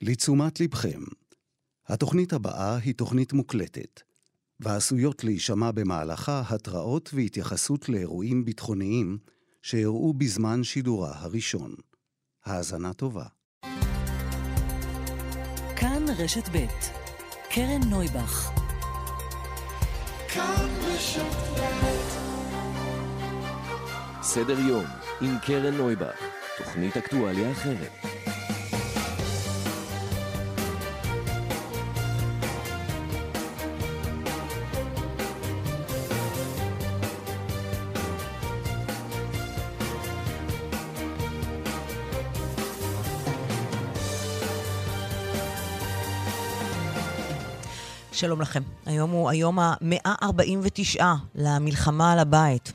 לתשומת לבכם. התוכנית הבאה היא תוכנית מוקלטת, ועשויות להישמע במהלכה התראות והתייחסות לאירועים ביטחוניים שאירעו בזמן שידורה הראשון. האזנה טובה. כאן רשת ב' קרן נויבך. כאן רשת ב'. סדר יום עם קרן נויבך, תוכנית אקטואליה אחרת. שלום לכם. היום הוא היום ה-149 למלחמה על הבית.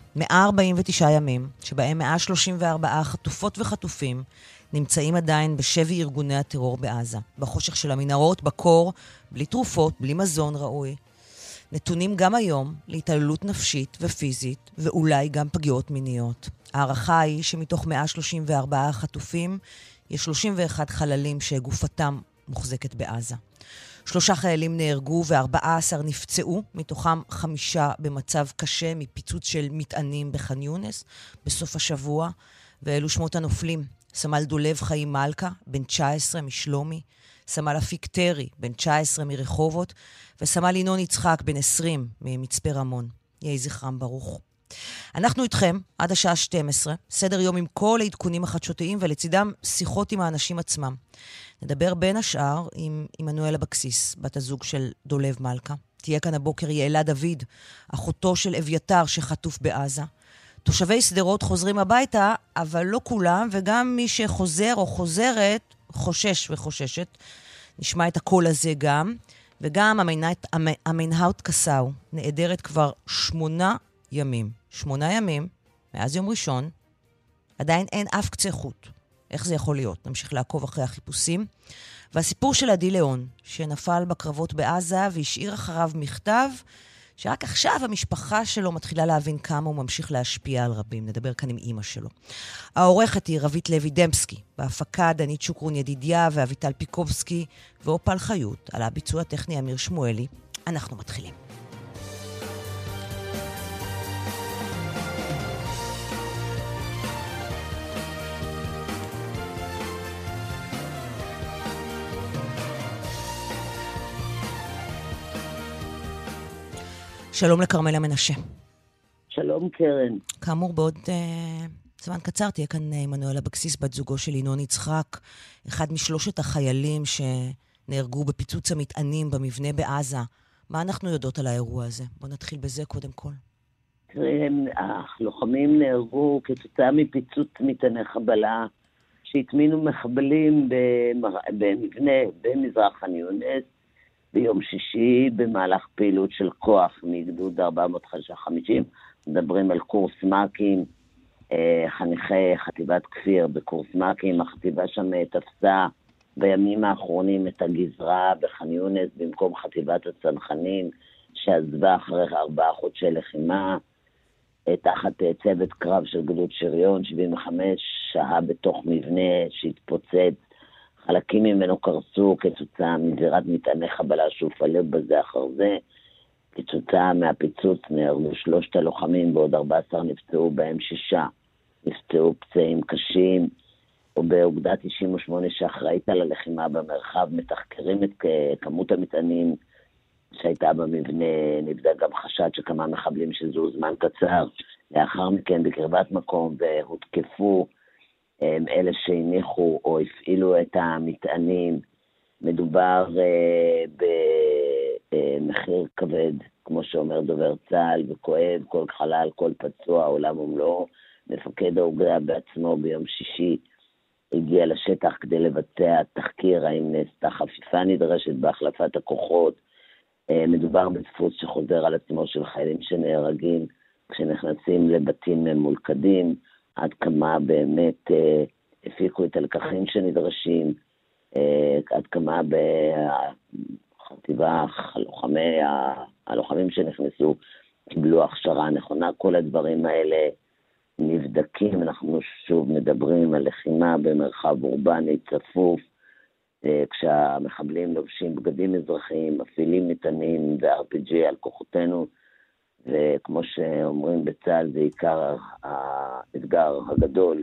149 ימים, שבהם 134 חטופות וחטופים נמצאים עדיין בשבי ארגוני הטרור בעזה. בחושך של המנהרות, בקור, בלי תרופות, בלי מזון ראוי. נתונים גם היום להתעללות נפשית ופיזית, ואולי גם פגיעות מיניות. הערכה היא שמתוך 134 חטופים, יש 31 חללים שגופתם מוחזקת בעזה. 3 חיילים נהרגו ו14 נפצעו, מתוכם 5 במצב קשה מפיצוץ של מטענים בח'אן יונס בסוף השבוע. ואלו שמות הנופלים: סמל דולב חיים מלכה, בן 19 משלומי, סמל אפיק טרי, בן 19 מרחובות, וסמל ינון יצחק, בן 20 ממצפה רמון. יהי זכרם ברוך. אנחנו איתכם עד השעה 12, סדר יום עם כל העדכונים החדשותיים ולצידם שיחות עם האנשים עצמם. נדבר בין השאר עם עמנואל אבקסיס, בת הזוג של דולב מלכה. תהיה כאן הבוקר יעלה דוד, אחותו של אביתר שחטוף בעזה. תושבי שדרות חוזרים הביתה, אבל לא כולם, וגם מי שחוזר או חוזרת חושש וחוששת. נשמע את הקול הזה גם, וגם המנהאוט קסאו נעדרת כבר 8 ימים. 8 ימים, מאז יום ראשון, עדיין אין אף קצה חוט. איך זה יכול להיות? נמשיך לעקוב אחרי החיפושים. והסיפור של עדי ליאון, שנפל בקרבות בעזה והשאיר אחריו מכתב, שרק עכשיו המשפחה שלו מתחילה להבין כמה הוא ממשיך להשפיע על רבים. נדבר כאן עם אמא שלו. העורכת היא רבית לוי דמסקי, בהפקה דנית שוקרון ידידיה ואביטל פיקובסקי ואופל חיות, על הביצוע הטכני אמיר שמואלי. אנחנו מתחילים. שלום לכרמלה מנשה. שלום קרן. כאמור, בעוד זמן קצר תהיה כאן עמנואל אבקסיס, בת זוגו של ינון יצחק, אחד משלושת החיילים שנהרגו בפיצוץ המטענים במבנה בעזה. מה אנחנו יודעות על האירוע הזה? בוא נתחיל בזה קודם כל. הלוחמים נהרגו כתוצאה מפיצוץ מטעני חבלה שהטמינו מחבלים במבנה במזרח ח'אן יונס, ביום שישי במהלך פעילות של כוח מגדוד 450, מדברים על קורס מקים, חניכי חטיבת כפיר בקורס מקים. החטיבה שם תפסה בימים האחרונים את הגזרה בח'אן יונס במקום חטיבת הצנחנים שעזבה אחרי 4 חודשי לחימה, תחת צוות קרב של גדוד שריון 75, שהה בתוך מבנה שהתפוצץ, חלקים ממנו קרסו כתוצאה מזירת מטעני חבלה שהופעלו בזה אחר זה. כתוצאה מהפיצוץ נהרגו 3 הלוחמים ועוד 14 נפצעו, בהם 6 נפצעו פצעים קשים. ובאוגדה 98 שאחראית על הלחימה במרחב מתחקרים את כמות המטענים שהייתה במבנה. נבדק גם חשד שכמה מחבלים שזו זמן קצר לאחר מכן בקרבת מקום והותקפו אלה שהניחו או הפעילו את המטענים. מדובר במחיר כבד, כמו שאומר דובר צה"ל, וכואב, כל חלל, כל פצוע, עולם ומלואו. מפקד האוגדה בעצמו ביום שישי הגיע לשטח כדי לבצע תחקיר האם נעשתה חפיפה נדרשת בהחלפת הכוחות. מדובר בדפוס שחוזר על עצמו של חיילים שנהרגים כשנכנסים לבתים מולכדים, עד כמה באמת הפיקו את הלקחים שנדרשים, עד כמה בחטיבה הלוחמים שנכנסו קיבלו הכשרה נכונה. כל הדברים האלה נבדקים. אנחנו שוב מדברים על לחימה במרחב אורבני צפוף, כשהמחבלים לובשים בגדים אזרחיים, מפעילים מטענים ו-RPG על כוחותינו, וכמו שאומרים בצה"ל, זה עיקר האתגר הגדול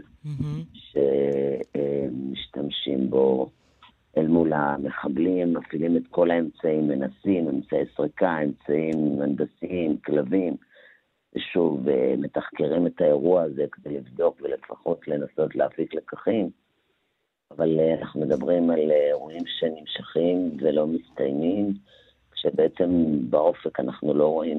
שמשתמשים בו אל מול המחבלים, מפעילים את כל האמצעים, מנסים, אמצעי סריקה, אמצעים הנדסיים, כלבים, ושוב, מתחקרים את האירוע הזה כדי לבדוק ולפחות לנסות להפיק לקחים, אבל אנחנו מדברים על אירועים שנמשכים ולא מסתיימים, כשבעצם באופק אנחנו לא רואים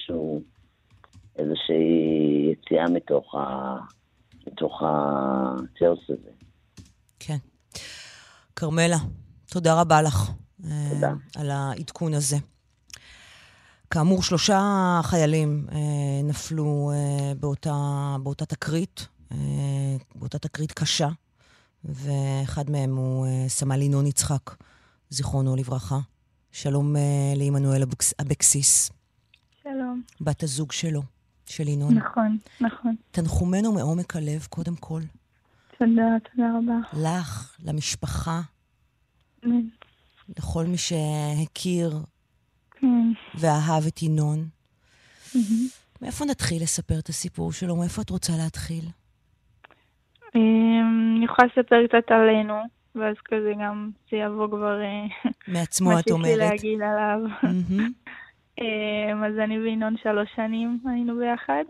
איזושהי יציאה מתוך הכאוס הזה. כן. כרמלה, תודה רבה לך. תודה. על העדכון הזה. כאמור, 3 חיילים נפלו באותה תקרית, באותה תקרית קשה, ואחד מהם הוא סמל ינון יצחק, זיכרונו לברכה. שלום לעמנואל אבקסיס. שלום. בת הזוג שלו, של ינון. נכון, נכון. תנחומנו מעומק הלב, קודם כל. תודה רבה. לך, למשפחה, כן. לכל מי שהכיר כן. ואהב את ינון. מאיפה נתחיל לספר את הסיפור שלו? מאיפה את רוצה להתחיל? אני יכולה לספר קצת עלינו, ואז כזה גם זה יבוא כבר מעצמו את אומרת. מה שיש לי להגיד עליו. אז אני וינון 3 שנים היינו ביחד.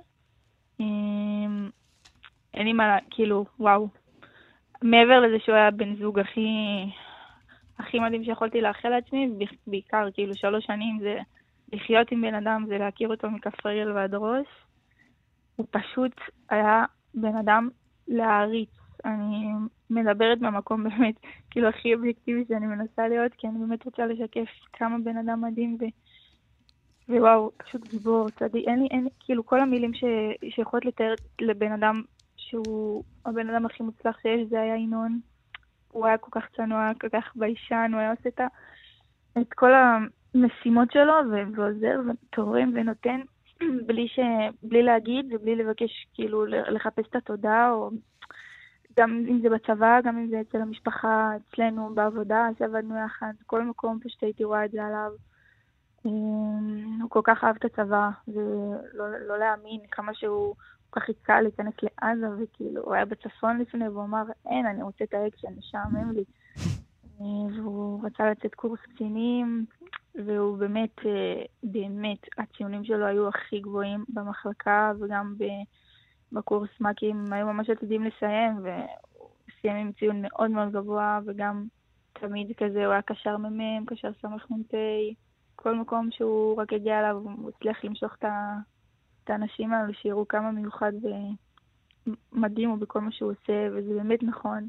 אין לי מה, כאילו, וואו. מעבר לזה שהוא היה בן זוג הכי מדהים שיכולתי לאחל לעצמי, בעיקר, כאילו, 3 שנים זה לחיות עם בן אדם, זה להכיר אותו מכף רגל ועד ראש. הוא פשוט היה בן אדם להעריץ. אני מדברת מהמקום באמת, כאילו, הכי אובייקטיבי שאני מנסה להיות, כי אני באמת רוצה לשקף כמה בן אדם מדהים ווואו, פשוט גיבור, צדיק. אין לי, כאילו, כל המילים שיכולות לתאר לבן אדם שהוא הבן אדם הכי מוצלח שיש, זה היה ינון. הוא היה כל כך צנוע, כל כך ביישן, הוא היה עושה את כל המשימות שלו, ועוזר ותורם ונותן, בלי להגיד ובלי לבקש, כאילו, לחפש את התודה, או גם אם זה בצבא, גם אם זה אצל המשפחה, אצלנו, בעבודה, שעבדנו יחד, כל מקום פשוט הייתי רואה את זה עליו. הוא כל כך אהב את הצבא, ולא להאמין כמה שהוא כל כך חיכה להיכנס לעזה, וכאילו, הוא היה בצפון לפני, והוא אמר, אין, אני רוצה את האקשן, משעמם לי. והוא רצה לצאת קורס קצינים, והוא באמת, הציונים שלו היו הכי גבוהים במחלקה, וגם בקורס מקים היו ממש עתידים לסיים, והוא סיים עם ציון מאוד מאוד גבוה, וגם תמיד כזה, הוא היה קשר ממם, קשר סמך מונטי, כל מקום שהוא רק הגיע אליו, הוא הצליח למשוך את האנשים האלו, שיראו כמה מיוחד ומדהים הוא בכל מה שהוא עושה, וזה באמת נכון.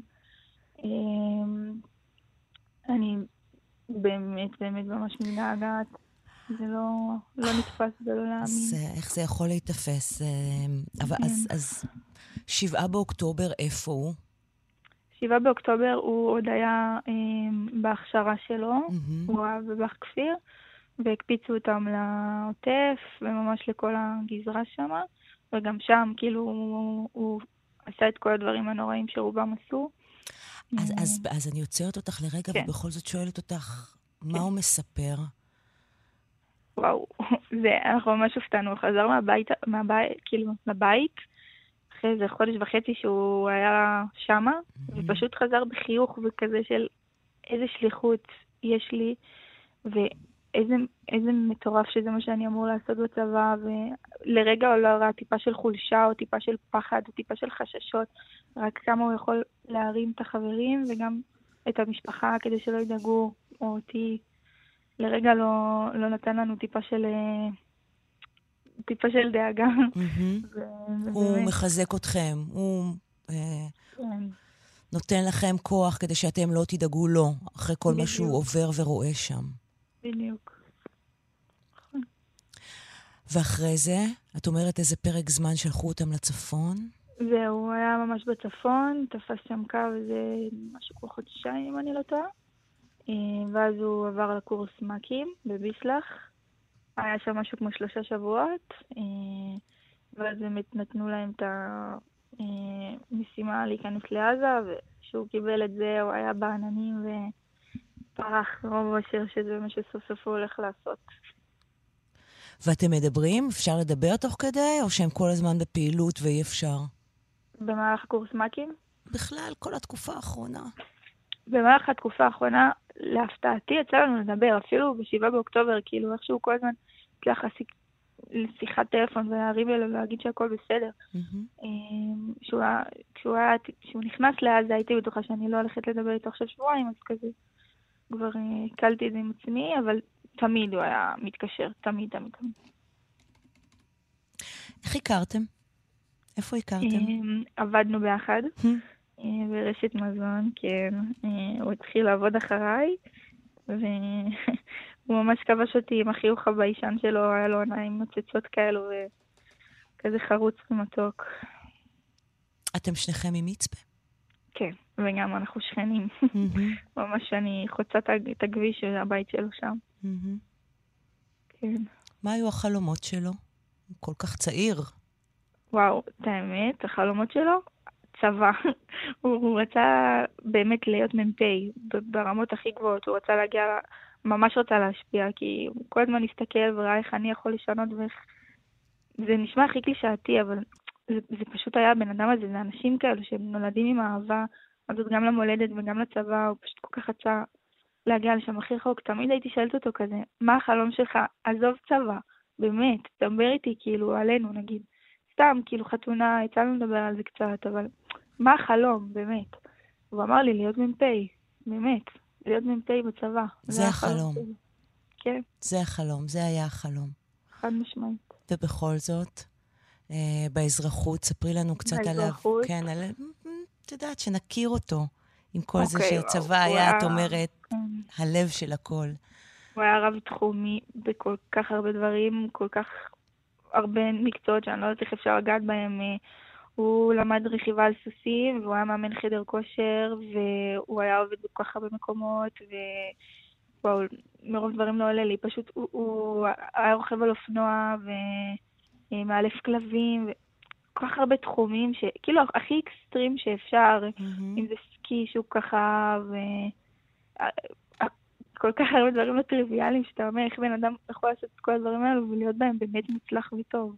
אני באמת ממש מתגעגעת. זה לא נתפס ולא להאמין. אז איך זה יכול להתאפס? אבל אז 7 באוקטובר, איפה הוא? 7 באוקטובר הוא עוד היה בהכשרה שלו, הוא היה בבאח כפיר, והקפיצו אותם לעוטף, וממש לכל הגזרה שם, וגם שם, כאילו, הוא עשה את כל הדברים הנוראים שרובם עשו. אז אני עוצרת אותך לרגע, ובכל זאת שואלת אותך, מה הוא מספר? וואו, אנחנו ממש הופתענו, הוא חזר לבית, אחרי איזה 1.5 חודש שהוא היה שמה, ופשוט חזר בחיוך וכזה של איזה שליחות יש לי, ואיזה מטורף שזה מה שאני אמור לעשות בצבא, ולרגע הוא לא ראה טיפה של חולשה, או טיפה של פחד, או טיפה של חששות, רק כמה הוא יכול להרים את החברים, וגם את המשפחה, כדי שלא ידאגו, או אותי. לרגע לא נתן לנו טיפה של דאגה. הוא מחזק אתכם, הוא נותן לכם כוח כדי שאתם לא תדאגו לו, אחרי כל מה שהוא עובר ורואה שם. בדיוק. ואחרי זה, את אומרת איזה פרק זמן שלחו אותם לצפון? זהו, היה ממש בצפון, תפס שם קו, זה משהו כמו 2 חודשים, אם אני לא טועה. ואז הוא עבר לקורס מקים בביסלח. היה שם משהו כמו 3 שבועות, ואז באמת נתנו להם את המשימה להיכנס לעזה, וכשהוא קיבל את זה הוא היה בעננים פרח רוב אושר שזה מה שסוף סוף הוא הולך לעשות. ואתם מדברים? אפשר לדבר תוך כדי? או שהם כל הזמן בפעילות ואי אפשר? במהלך קורס מקים? בכלל, כל התקופה האחרונה. במהלך התקופה האחרונה, להפתעתי, יצא לנו לדבר, אפילו ב7 באוקטובר, כאילו איכשהו כל הזמן הצליח לשיחת טלפון ולהרים לו להגיד שהכל בסדר. כשהוא נכנס לעזה, הייתי בטוחה שאני לא הולכת לדבר איתו עכשיו שבועיים, אז כזה כבר קלתי את זה עם עצמי, אבל תמיד הוא היה מתקשר, תמיד. איך הכרתם? איפה הכרתם? עבדנו ביחד. ברשת מזון, כן. הוא התחיל לעבוד אחריי, והוא ממש כבש אותי עם החיוך הביישן שלו, היה לו עיניים נוצצות כאלו, וכזה חרוץ ומתוק. אתם שניכם ממצפה? כן, וגם אנחנו שכנים. ממש אני חוצה את הכביש של הבית שלו שם. כן. מה היו החלומות שלו? הוא כל כך צעיר. וואו, את האמת, החלומות שלו? צבא. הוא רצה באמת להיות מ"פ ברמות הכי גבוהות. הוא רצה להגיע, ממש רצה להשפיע, כי הוא כל הזמן הסתכל וראה איך אני יכול לשנות ואיך... זה נשמע הכי קלישאתי, אבל זה פשוט היה הבן אדם הזה, זה אנשים כאלו שהם נולדים עם האהבה, הזאת גם למולדת וגם לצבא, הוא פשוט כל כך רצה להגיע לשם הכי רחוק. תמיד הייתי שואלת אותו כזה, מה החלום שלך? עזוב צבא, באמת, תדבר איתי כאילו עלינו נגיד. סתם, כאילו חתונה, יצאנו לדבר על זה קצת, אבל מה החלום, באמת? הוא אמר לי להיות מ"פ, באמת, להיות מ"פ בצבא. זה החלום. כן. זה החלום, זה היה החלום. חד משמעית. ובכל זאת, באזרחות, ספרי לנו קצת עליו. באזרחות? כן, את יודעת, שנכיר אותו, עם כל זה שצבא היה, את אומרת, הלב של הכל. הוא היה רב תחומי בכל כך הרבה דברים, כל כך הרבה מקצועות שאני לא יודעת איך אפשר לגעת בהם. הוא למד רכיבה על סוסים, והוא היה מאמן חדר כושר, והוא היה עובד בכל כך הרבה מקומות, ומרוב דברים לא עולה לי. פשוט הוא היה רוכב על אופנוע, ומאלף כלבים, וכל כך הרבה תחומים, כאילו הכי אקסטרים שאפשר, אם זה סקי שהוא ככה, כל כך הרבה דברים לא טריוויאליים, שאתה אומר איך בן אדם יכול לעשות את כל הדברים האלו, ולהיות בהם באמת מוצלח וטוב.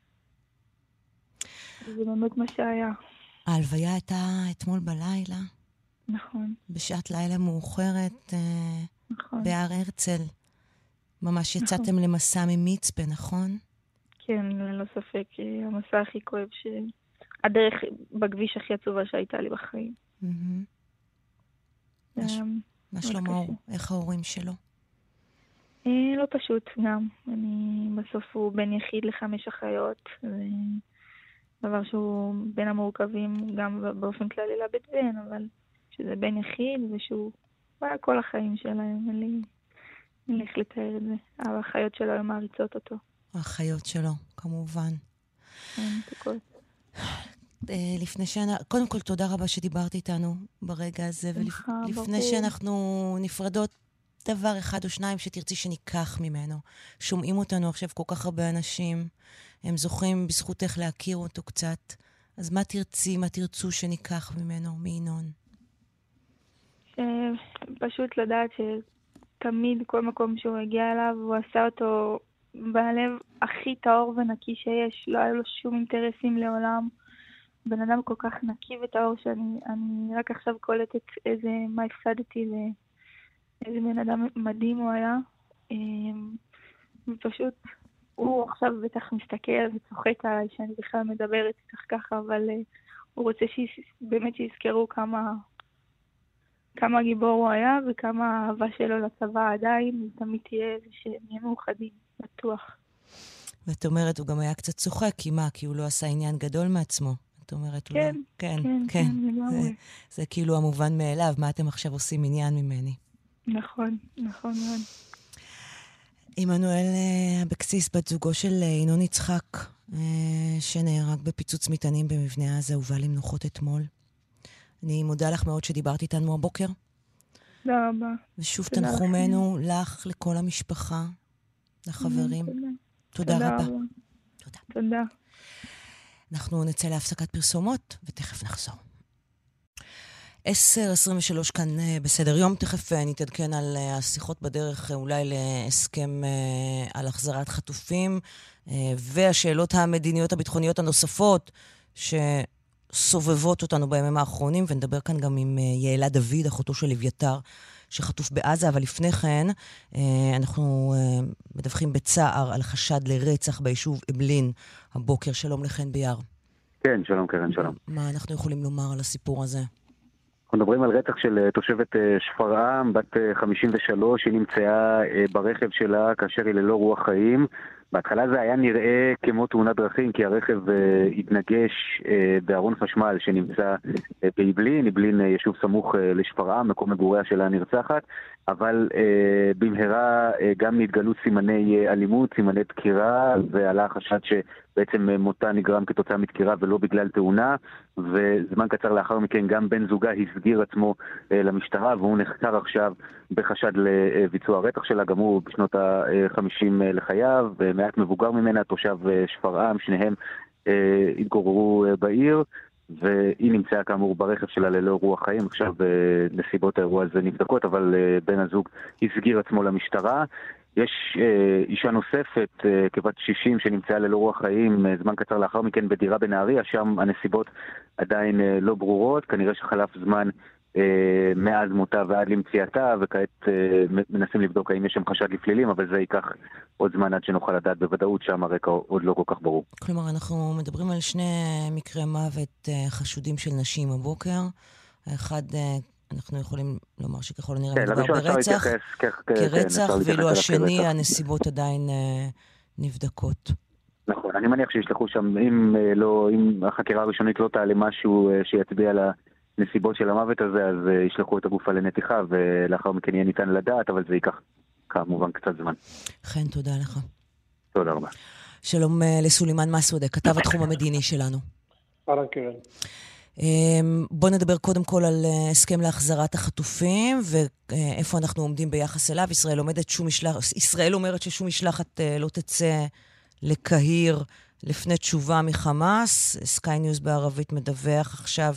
זה באמת מה שהיה. ההלוויה הייתה אתמול בלילה. נכון. בשעת לילה מאוחרת, נכון. בהר הרצל. ממש יצאתם למסע ממצפה, נכון? כן, ללא ספק. המסע הכי כואב הדרך בכביש הכי עצובה שהייתה לי בחיים. מה שלמה? איך ההורים שלו? לא פשוט גם. בסוף הוא בן יחיד ל5 אחיות. דבר שהוא בין המורכבים גם באופן כללי לאבד בן, אבל שזה בן יחיד ושהוא היה כל החיים שלהם. אין לי איך לתאר את זה. האחיות שלו היו מעריצות אותו. האחיות שלו, כמובן. תקות. קודם כל, תודה רבה שדיברת איתנו ברגע הזה, ולפני שאנחנו נפרדות, דבר אחד או שניים שתרצי שניקח ממנו. שומעים אותנו עכשיו כל כך הרבה אנשים, הם זוכים בזכותך להכיר אותו קצת, אז מה תרצו שניקח ממנו, מינון? פשוט לדעת שתמיד כל מקום שהוא הגיע אליו, הוא עשה אותו בלב הכי טהור ונקי שיש, לא היה לו שום אינטרסים לעולם. בן אדם כל כך נקי וטהור שאני רק עכשיו קולטת מה הפסדתי ואיזה בן אדם מדהים הוא היה. ופשוט הוא עכשיו בטח מסתכל וצוחק עליי שאני בכלל מדברת איתך ככה, אבל הוא רוצה באמת שיזכרו כמה גיבור הוא היה וכמה האהבה שלו לצבא עדיין תמיד תהיה ושנהיה מאוחדים, בטוח. ואת אומרת, הוא גם היה קצת צוחק, כי הוא לא עשה עניין גדול מעצמו. את אומרת, כן, כן. זה כאילו המובן מאליו, מה אתם עכשיו עושים עניין ממני. נכון מאוד. עמנואל אבקסיס, בת זוגו של ינון יצחק, שנהרג בפיצוץ מטענים במבנה עזה, הובא למנוחות אתמול. אני מודה לך מאוד שדיברת איתנו הבוקר. תודה רבה. ושוב תנחומנו לך, לכל המשפחה, לחברים. תודה רבה. תודה. אנחנו נצא להפסקת פרסומות, ותכף נחזור. 10:23 כאן בסדר יום, תכף נתעדכן על השיחות בדרך אולי להסכם על החזרת חטופים והשאלות המדיניות הביטחוניות הנוספות שסובבות אותנו בימים האחרונים, ונדבר כאן גם עם יעלה דוד, אחותו של אביתר שחטוף בעזה, אבל לפני כן אנחנו מדווחים בצער על חשד לרצח ביישוב אבלין הבוקר. שלום לכן ביער. כן, שלום קרן, שלום. מה אנחנו יכולים לומר על הסיפור הזה? אנחנו מדברים על רצח של תושבת שפרעם, בת 53, היא נמצאה ברכב שלה כאשר היא ללא רוח חיים. בהתחלה זה היה נראה כמו תאונת דרכים, כי הרכב התנגש בארון חשמל שנמצא באבלין, אבלין יישוב סמוך לשפרעם, מקום מגוריה של הנרצחת, אבל במהרה גם נתגלו סימני אלימות, סימני דקירה, ועלה החשד שבעצם מותה נגרם כתוצאה מדקירה ולא בגלל תאונה, וזמן קצר לאחר מכן גם בן זוגה הסגיר עצמו למשטרה, והוא נחקר עכשיו בחשד לביצוע הרצח שלה, גם הוא בשנות ה-50 לחייו, מעט מבוגר ממנה, תושב שפרעם, שניהם התגוררו בעיר, והיא נמצאה כאמור ברכב שלה ללא רוח חיים. עכשיו נסיבות האירוע הזה נבדקות, אבל בן הזוג הסגיר עצמו למשטרה. יש אישה נוספת כבת 60 שנמצאה ללא רוח חיים זמן קצר לאחר מכן בדירה בנהריה, שם הנסיבות עדיין לא ברורות, כנראה שחלף זמן מאז מותה ועד למציאתה, וכעת מנסים לבדוק האם יש שם חשד לפלילים, אבל זה ייקח עוד זמן עד שנוכל לדעת בוודאות, שם הרקע עוד לא כל כך ברור. כלומר, אנחנו מדברים על שני מקרי מוות חשודים של נשים הבוקר. האחד, אנחנו יכולים לומר שככל הנראה מדובר ברצח, כרצח, ואילו השני, הנסיבות עדיין נבדקות. נכון, אני מניח שישלחו שם, אם החקירה הראשונית לא תעלה משהו שיצביע על הנסיבות של המוות הזה, אז ישלחו את הגופה לנתיחה, ולאחר מכן יהיה ניתן לדעת, אבל זה ייקח כמובן קצת זמן. חן, תודה לך. תודה רבה. שלום לסולימן מסעודה, כתב התחום המדיני שלנו. אהלן קרן. בוא נדבר קודם כל על הסכם להחזרת החטופים, ואיפה אנחנו עומדים ביחס אליו. ישראל אומרת ששום משלחת לא תצא לקהיר לפני תשובה מחמאס. סקיי ניוז בערבית מדווח עכשיו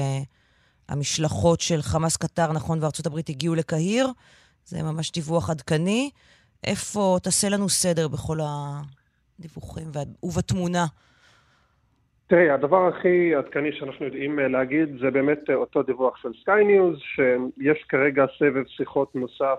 שהמשלחות של חמאס קטר, נכון, וארצות הברית הגיעו לקהיר. זה ממש דיווח עדכני. איפה תעשה לנו סדר בכל הדיווחים ובתמונה? תראי, הדבר הכי עדכני שאנחנו יודעים להגיד זה באמת אותו דיווח של סקיי ניוז, שיש כרגע סבב שיחות נוסף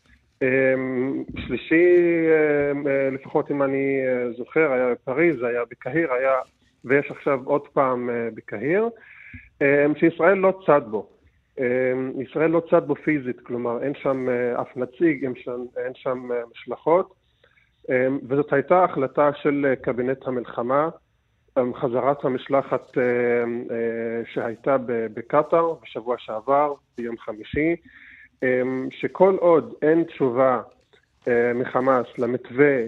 שלישי, לפחות אם אני זוכר, היה בפריז, היה בקהיר, ויש עכשיו עוד פעם בקהיר, שישראל לא צד בו. ישראל לא צד בו פיזית, כלומר אין שם אף נציג, אין שם משלחות, וזאת הייתה החלטה של קבינט המלחמה, חזרת המשלחת שהייתה בקטר בשבוע שעבר, ביום חמישי, שכל עוד אין תשובה מחמאס למתווה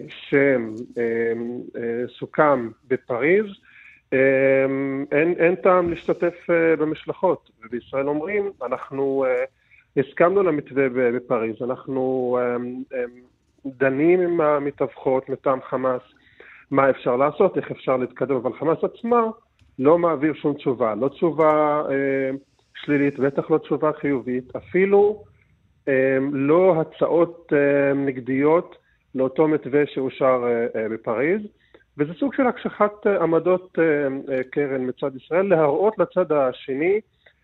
שסוכם בפריז, אין טעם להשתתף במשלחות. ובישראל אומרים, אנחנו הסכמנו למתווה בפריז, אנחנו דנים עם המתווכות מטעם חמאס, מה אפשר לעשות, איך אפשר להתקדם, אבל חמאס עצמה לא מעביר שום תשובה, לא תשובה שלילית, בטח לא תשובה חיובית, אפילו לא הצעות נגדיות לאותו מתווה שאושר בפריז, וזה סוג של הקשחת עמדות קרן מצד ישראל, להראות לצד השני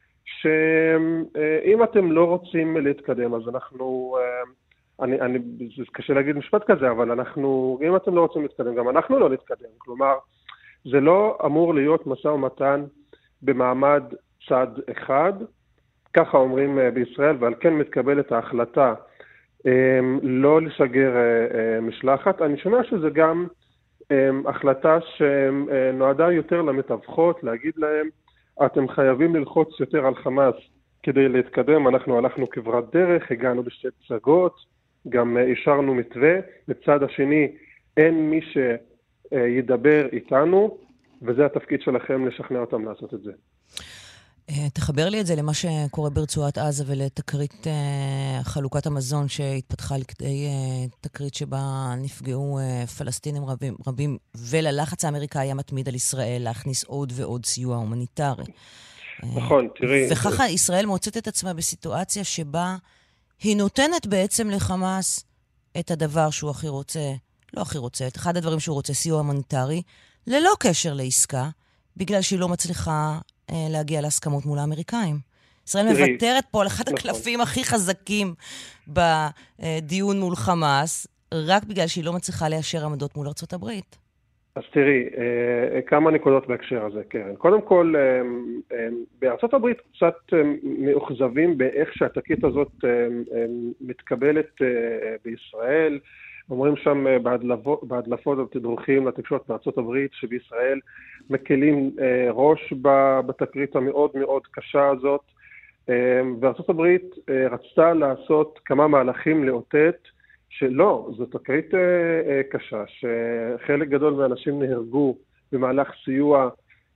שאם אתם לא רוצים להתקדם, אז אנחנו... זה קשה להגיד משפט כזה, אבל אם אתם לא רוצים להתקדם, גם אנחנו לא נתקדם. כלומר, זה לא אמור להיות משא ומתן במעמד צד אחד, ככה אומרים בישראל, ועל כן מתקבלת ההחלטה לא לשגר משלחת. אני שומע שזה גם החלטה שנועדה יותר למתווכות, להגיד להם, אתם חייבים ללחוץ יותר על חמאס כדי להתקדם. אנחנו הלכנו כברת דרך, הגענו בשתי פסגות, גם אישרנו מתווה, בצד השני אין מי שידבר איתנו, וזה התפקיד שלכם לשכנע אותם לעשות את זה. תחבר לי את זה למה שקורה ברצועת עזה ולתקרית חלוקת המזון שהתפתחה לכדי תקרית שבה נפגעו פלסטינים רבים, וללחץ האמריקאי המתמיד על ישראל להכניס עוד ועוד סיוע הומניטרי. נכון, תראי. וככה ישראל מוצאת את עצמה בסיטואציה שבה היא נותנת בעצם לחמאס את הדבר שהוא הכי רוצה, לא הכי רוצה, את אחד הדברים שהוא רוצה, סיוע הומניטרי, ללא קשר לעסקה, בגלל שהיא לא מצליחה להגיע להסכמות מול האמריקאים. ישראל מוותרת פה על אחד הקלפים הכי חזקים בדיון מול חמאס, רק בגלל שהיא לא מצליחה ליישר עמדות מול ארצות הברית. אז תראי, כמה נקודות בהקשר הזה, קרן. קודם כל, בארצות הברית קצת מאוכזבים באיך שהתקרית הזאת מתקבלת בישראל. אומרים שם בהדלפות ובתדרוכים לתקשורת בארצות הברית שבישראל מקלים ראש בתקרית המאוד מאוד קשה הזאת. וארצות הברית רצתה לעשות כמה מהלכים לאותת שלא, זו תקרית קשה, שחלק גדול מהאנשים נהרגו במהלך סיוע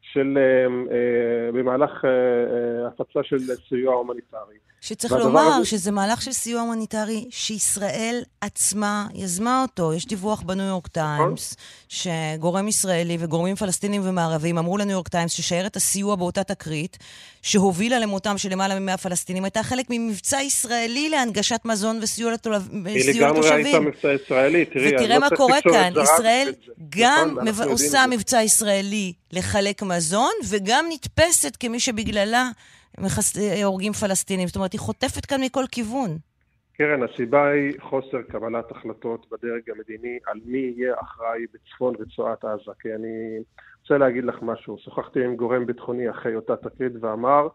במהלך הפצה של סיוע הומניטרי. שצריך לומר שזה מהלך של סיוע הומניטרי שישראל עצמה יזמה אותו. יש דיווח בניו יורק טיימס, שגורם ישראלי וגורמים פלסטינים ומערבים אמרו לניו יורק טיימס ששיירת הסיוע באותה תקרית, שהובילה למותם של למעלה מ100 פלסטינים, הייתה חלק ממבצע ישראלי להנגשת מזון וסיוע לתושבים. היא לגמרי הייתה מבצע ישראלי. ותראה מה קורה כאן, ישראל גם עושה מבצע ישראלי לחלק מזון, וגם נתפסת כמי שבגללה הורגים פלסטינים. זאת אומרת, היא חוטפת כאן מכל כיוון. קרן, הסיבה היא חוסר קבלת החלטות בדרג המדיני על מי יהיה אחראי בצפון רצועת עזה. כי אני רוצה להגיד לך משהו. שוחחתי עם גורם ביטחוני אחרי אותה תקרית ואמר,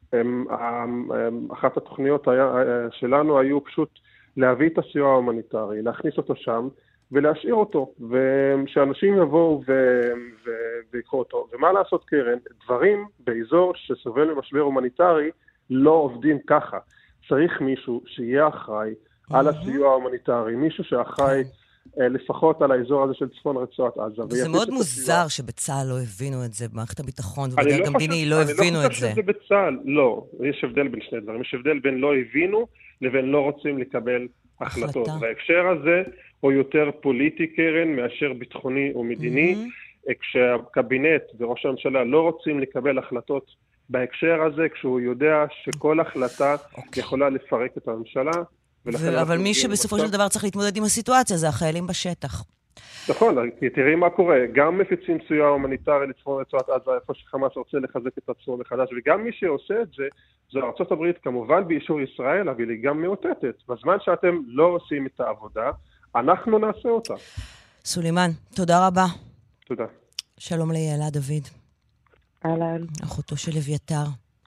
אחת התוכניות שלנו היו פשוט להביא את הסיוע ההומניטרי, להכניס אותו שם ולהשאיר אותו, ושאנשים יבואו ויקחו אותו. ומה לעשות, קרן? דברים באזור שסובל ממשבר הומניטרי לא עובדים ככה. צריך מישהו שיהיה אחראי על הסיוע ההומניטרי, מישהו שאחראי לפחות על האזור הזה של צפון רצועת עזה. זה מאוד מוזר שבצה"ל לא הבינו את זה, במערכת הביטחון ובדרג המדיני לא הבינו את זה. אני לא חושב שזה בצה"ל, לא. יש הבדל בין שני דברים. יש הבדל בין לא הבינו לבין לא רוצים לקבל החלטות. וההקשר הזה הוא יותר פוליטי, קרן, מאשר ביטחוני או מדיני. כשהקבינט וראש הממשלה לא רוצים לקבל החלטות בהקשר הזה, כשהוא יודע שכל החלטה יכולה לפרק את הממשלה. אבל מי שבסופו של דבר צריך להתמודד עם הסיטואציה זה החיילים בשטח. נכון, כי תראי מה קורה. גם מפיצים סיוע הומניטרי לצפון רצועת עזה, איפה שחמאס רוצה לחזק את עצמו מחדש, וגם מי שעושה את זה, זו ארצות הברית כמובן באישור ישראל, אבל היא גם מאותתת. בזמן שאתם לא עושים את העבודה, אנחנו נעשה אותה. סולימן, תודה רבה. תודה. שלום ליאלה דוד. אהלן. אחותו של אביתר.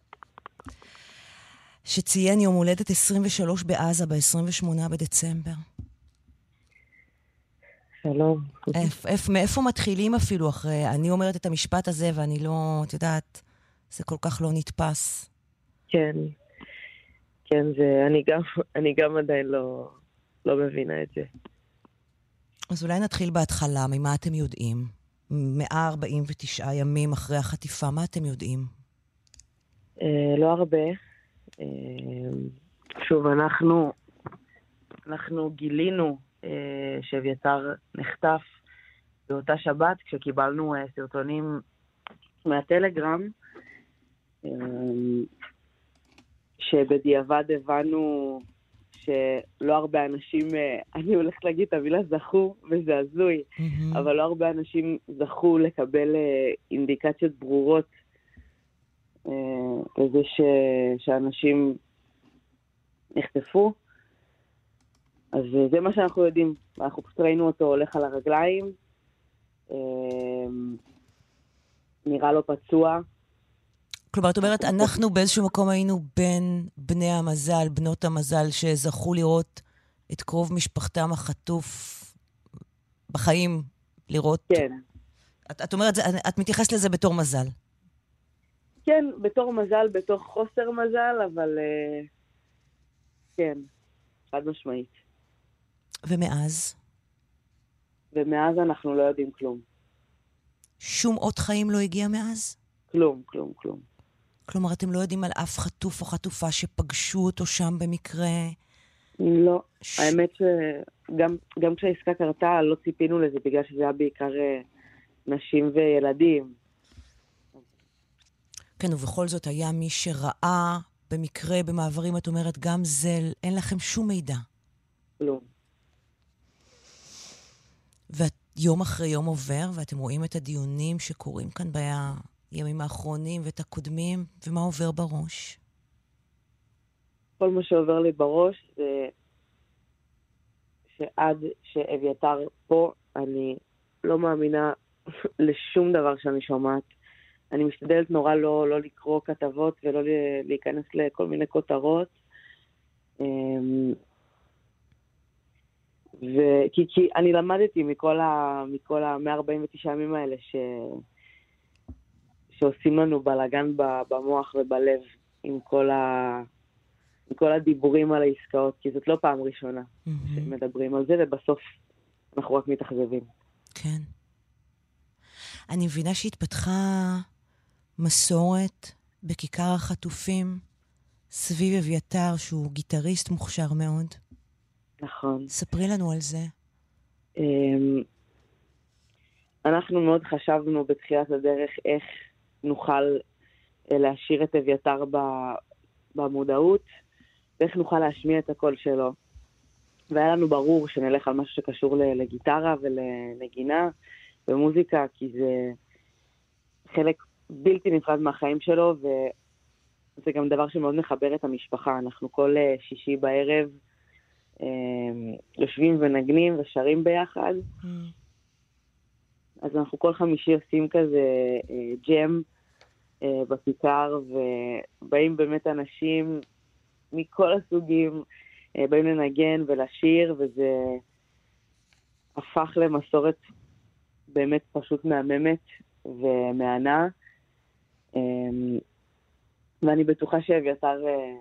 שציין יום הולדת 23 בעזה ב-28 בדצמבר. שלום. מאיפה מתחילים אפילו אחרי? אני אומרת את המשפט הזה ואני לא, את יודעת, זה כל כך לא נתפס. כן, אני גם עדיין לא מבינה את זה. אז אולי נתחיל בהתחלה, ממה אתם יודעים? 149 ימים אחרי החטיפה, מה אתם יודעים? לא הרבה. שוב, אנחנו גילינו שאביתר נחטף באותה שבת, כשקיבלנו סרטונים מהטלגרם, שבדיעבד הבנו שלא הרבה אנשים, אני הולכת להגיד את המילה זכו, וזה הזוי, אבל לא הרבה אנשים זכו לקבל אינדיקציות ברורות לזה שאנשים נחטפו. אז זה מה שאנחנו יודעים. אנחנו פשוט ראינו אותו הולך על הרגליים, נראה לו פצוע. כלומר, את אומרת, אנחנו באיזשהו מקום היינו בין בני המזל, בנות המזל, שזכו לראות את קרוב משפחתם החטוף בחיים, לראות... כן. את אומרת, את מתייחסת לזה בתור מזל. כן, בתור מזל, בתור חוסר מזל, אבל כן, חד משמעית. ומאז? ומאז אנחנו לא יודעים כלום. שום עוד חיים לא הגיע מאז? כלום. כלומר, אתם לא יודעים על אף חטוף או חטופה שפגשו אותו שם במקרה? לא. האמת שגם כשהעסקה קרתה, לא ציפינו לזה, בגלל שזה היה בעיקר נשים וילדים. כן, ובכל זאת היה מי שראה במקרה, במעברים, את אומרת, גם זה, אין לכם שום מידע. לא. ויום אחרי יום עובר, ואתם רואים את הדיונים שקורים כאן בימים האחרונים ואת הקודמים, ומה עובר בראש? כל מה שעובר לי בראש זה שעד שאביתר פה, אני לא מאמינה לשום דבר שאני שומעת. אני משתדלת נורא לא לקרוא כתבות ולא להיכנס לכל מיני כותרות. כי אני למדתי מכל ה-149 ימים האלה שעושים לנו בלגן במוח ובלב עם כל הדיבורים על העסקאות, כי זאת לא פעם ראשונה שמדברים על זה, ובסוף אנחנו רק מתאכזבים. כן. אני מבינה שהתפתחה מסורת בכיכר החטופים סביב אביתר, שהוא גיטריסט מוכשר מאוד. נכון. ספרי לנו על זה. אנחנו מאוד חשבנו בתחילת הדרך איך נוכל להשאיר את אביתר במודעות, ואיך נוכל להשמיע את הקול שלו. והיה לנו ברור שנלך על משהו שקשור לגיטרה ולנגינה ומוזיקה, כי זה חלק בלתי נפרד מהחיים שלו, וזה גם דבר שמאוד מחבר את המשפחה. אנחנו כל שישי בערב יושבים ונגנים ושרים ביחד. אז אנחנו כל חמישי עושים כזה ג'ם בכיכר, ובאים באמת אנשים מכל הסוגים, באים לנגן ולשיר, וזה הפך למסורת באמת פשוט מהממת ומענה. ואני בטוחה שאביתר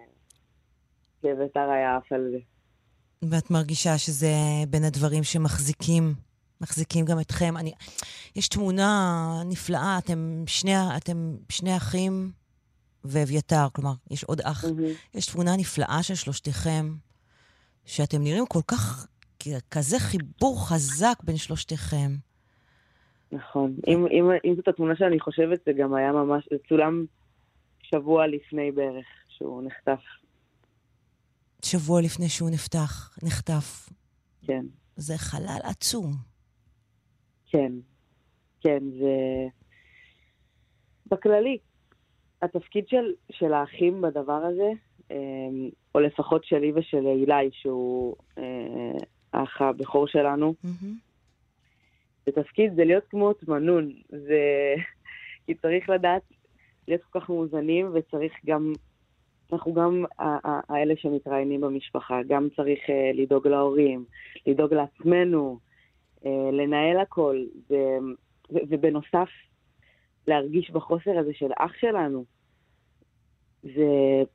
היה אף על זה. ואת מרגישה שזה בין הדברים שמחזיקים גם אתכם. יש תמונה נפלאה, אתם שני אחים ואביתר, כלומר, יש עוד אח. יש תמונה נפלאה של שלושתכם, שאתם נראים כל כך, כזה חיבור חזק בין שלושתכם. נכון. אם זאת התמונה שאני חושבת, זה גם היה ממש, זה צולם שבוע לפני בערך שהוא נחטף. שבוע לפני שהוא נחטף. כן. זה חלל עצום. כן. כן, זה... בכללי, התפקיד של האחים בדבר הזה, או לפחות שלי ושל אילי, שהוא האח הבכור שלנו, זה תפקיד, זה להיות כמו תמנון. כי צריך לדעת להיות כל כך מאוזנים, וצריך גם... אנחנו גם האלה שמתראיינים במשפחה, גם צריך לדאוג להורים, לדאוג לעצמנו, לנהל הכל, ובנוסף להרגיש בחוסר הזה של אח שלנו. זה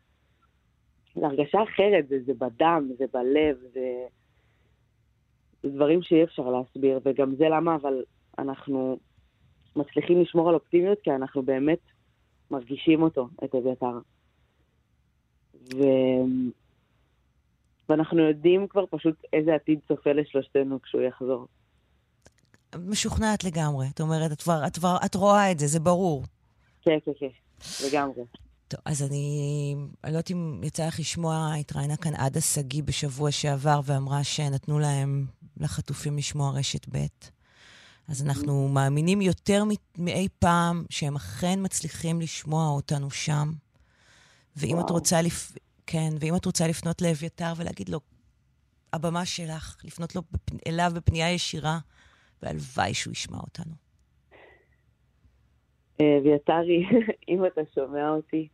הרגשה אחרת, זה בדם, זה בלב, זה דברים שאי אפשר להסביר, וגם זה למה, אבל אנחנו מצליחים לשמור על אופטימיות, כי אנחנו באמת מרגישים אותו, את אביתר. ואנחנו יודעים כבר פשוט איזה עתיד צופה לשלושתנו כשהוא יחזור. משוכנעת לגמרי. את אומרת, את רואה את זה, זה ברור. כן, כן, כן, לגמרי. טוב, אז אני לא יודעת אם יצא לך לשמוע, התראיינה כאן עדה שגיא בשבוע שעבר, ואמרה שנתנו להם, לחטופים, לשמוע רשת ב'. אז אנחנו מאמינים יותר מאי פעם שהם אכן מצליחים לשמוע אותנו שם. ואם את רוצה לפנות לאביתר ולהגיד לו, הבמה שלך, לפנות לו אליו בפנייה ישירה, והלוואי שהוא ישמע אותנו. אביתרי, אם אתה שומע אותי,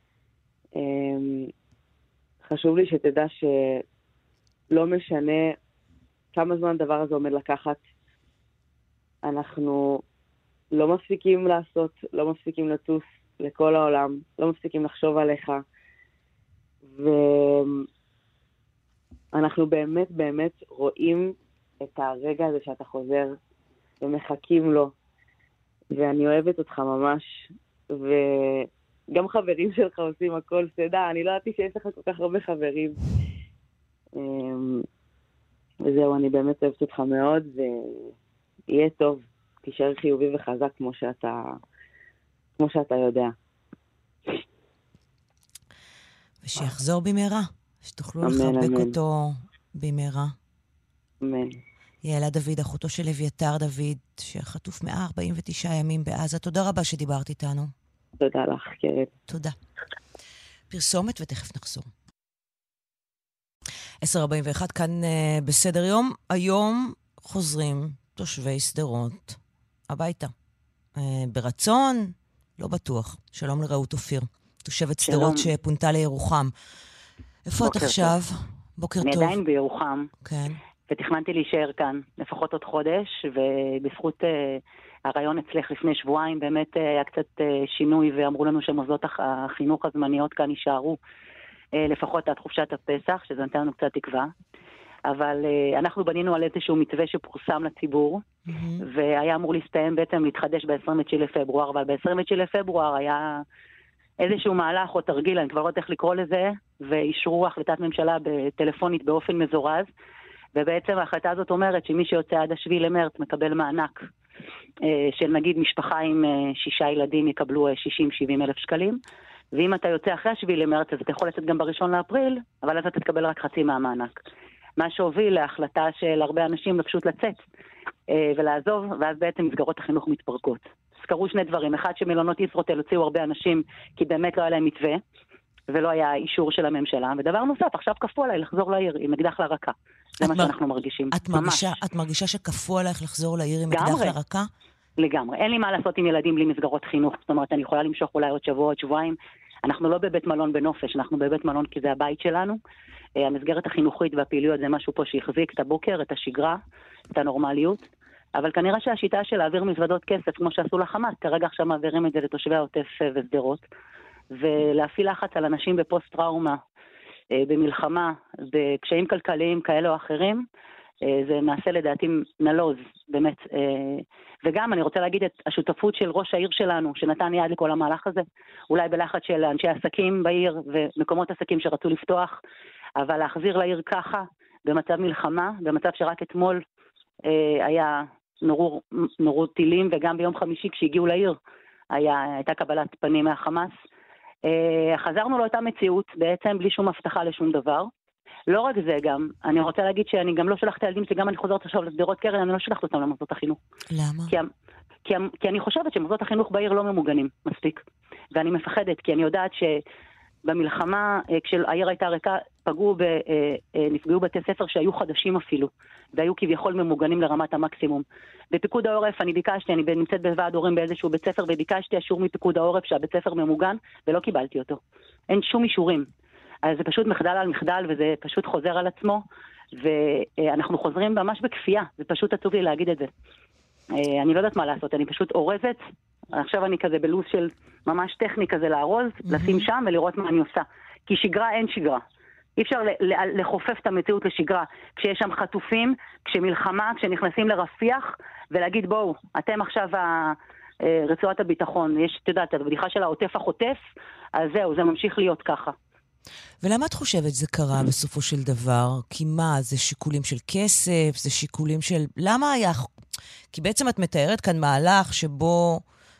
חשוב לי שתדע שלא משנה כמה זמן הדבר הזה עומד לקחת, אנחנו לא מפסיקים לעשות, לא מפסיקים לטוס לכל העולם, לא מפסיקים לחשוב עליך, ואנחנו באמת באמת רואים את הרגע הזה שאתה חוזר ומחכים לו, ואני אוהבת אותך ממש, וגם חברים שלך עושים הכל סדה, אני לא ידעתי שיש לך כל כך הרבה חברים, וזהו, אני באמת אוהבת אותך מאוד, ויהיה טוב, תישאר חיובי וחזק כמו שאתה יודע. ושיחזור במהרה, שתוכלו אמן, לחבק אמן. אותו במהרה. אמן. יעלה דוד, אחותו של אביתר דוד, שחטוף 149 ימים בעזה. תודה רבה שדיברת איתנו. תודה לך, קרן. תודה. פרסומת ותכף נחזור. 10:41 כאן בסדר יום. היום חוזרים תושבי שדרות הביתה. ברצון? לא בטוח. שלום לרעות אופיר, תושבת שדרות שפונתה לירוחם. איפה את עכשיו? בוקר טוב. אני עדיין בירוחם. כן. ותכננתי להישאר כאן לפחות עוד חודש, ובזכות הרעיון אצלך לפני שבועיים באמת היה קצת שינוי, ואמרו לנו שמוסדות החינוך הזמניות כאן יישארו לפחות עד חופשת הפסח, שזה נתן לנו קצת תקווה. אבל אנחנו בנינו על איזשהו מתווה שפורסם לציבור, והיה אמור להסתיים בעצם להתחדש ב-29 לפברואר, אבל ב-29 לפברואר היה איזשהו מהלך או תרגיל, אני כבר לא יודעת איך לקרוא לזה, ואישרו החלטת ממשלה בטלפונית באופן מזורז, ובעצם ההחלטה הזאת אומרת שמי שיוצא עד 7 למרץ מקבל מענק של נגיד משפחה עם 6 ילדים יקבלו 60-70 אלף שקלים, ואם אתה יוצא אחרי 7 למרץ אז אתה יכול לצאת גם ב1 לאפריל, אבל אז אתה תקבל רק חצי מהמענק. מה שהוביל להחלטה של הרבה אנשים פשוט לצאת ולעזוב, ואז בעצם מסגרות החינוך מתפרקות. אז קרו שני דברים, אחד שמלונות ישרוטל הוציאו הרבה אנשים כי באמת לא היה להם מתווה, ולא היה אישור של הממשלה, ודבר נוסף, עכשיו כפו עליי לחזור לעיר עם אקדח לרקה. זה מה שאנחנו מרגישים. את מרגישה שכפו עלייך לחזור לעיר עם אקדח לרקה? לגמרי. אין לי מה לעשות עם ילדים בלי מסגרות חינוך. זאת אומרת, אני יכולה למשוך אולי עוד שבוע, עוד שבועיים. אנחנו לא בבית מלון בנופש, אנחנו בבית מלון כי זה הבית שלנו. המסגרת החינוכית והפעילויות זה משהו פה שהחזיק את הבוקר, את השגרה, את הנורמליות. אבל כנראה שהשיטה של להעביר מזוודות כסף, כמו שעשו לחמאס, כרגע עכשיו מעבירים את זה לתושבי העוטף ושדרות. ולהפעיל לחץ על אנשים בפוסט-טראומה, במלחמה, בקשיים כלכליים כאלה או אחרים, זה מעשה לדעתי נלוז, באמת. וגם אני רוצה להגיד את השותפות של ראש העיר שלנו, שנתן יד לכל המהלך הזה, אולי בלחץ של אנשי עסקים בעיר ומקומות עסקים שרצו לפתוח, אבל להחזיר לעיר ככה, במצב מלחמה, במצב שרק אתמול היה נורו טילים, וגם ביום חמישי כשהגיעו לעיר, הייתה קבלת פנים מהחמאס, חזרנו לאותה מציאות, בעצם בלי שום הבטחה לשום דבר. לא רק זה גם, אני רוצה להגיד שאני גם לא שלחת הילדים שגם אני חוזרת עכשיו לשדרות קרן, אני לא שלחת אותם למוסדות החינוך. למה? כי אני חושבת שמוסדות החינוך בעיר לא ממוגנים מספיק. ואני מפחדת, כי אני יודעת שבמלחמה, כשהעיר הייתה ריקה, נפגעו בתי ספר שהיו חדשים אפילו, והיו כביכול ממוגנים לרמת המקסימום. בפיקוד העורף אני נמצאת בוועד הורים באיזשהו בית ספר, וביקשתי אישור מפיקוד העורף שהבית ספר ממוגן, ולא קיבלתי אותו. אין שום אישורים. אז זה פשוט מחדל על מחדל, וזה פשוט חוזר על עצמו, ואנחנו חוזרים ממש בכפייה, זה פשוט עצוב לי להגיד את זה. אני לא יודעת מה לעשות, אני פשוט אורזת, עכשיו אני כזה בלוז של ממש טכני כזה לארוז, לשים שם ולראות מה אני עושה. כי שגרה אין שגרה. אי אפשר לחופף את המציאות לשגרה, כשיש שם חטופים, כשמלחמה, כשנכנסים לרפיח, ולהגיד בואו, אתם עכשיו רצועת הביטחון, יש, אתה יודעת, הבדיחה של העוטף החוטף, אז זהו, זה ממשיך להיות ככה. ולמה את חושבת זה קרה בסופו של דבר? כי מה, זה שיקולים של כסף, זה שיקולים של... למה היה... כי בעצם את מתארת כאן מהלך שבו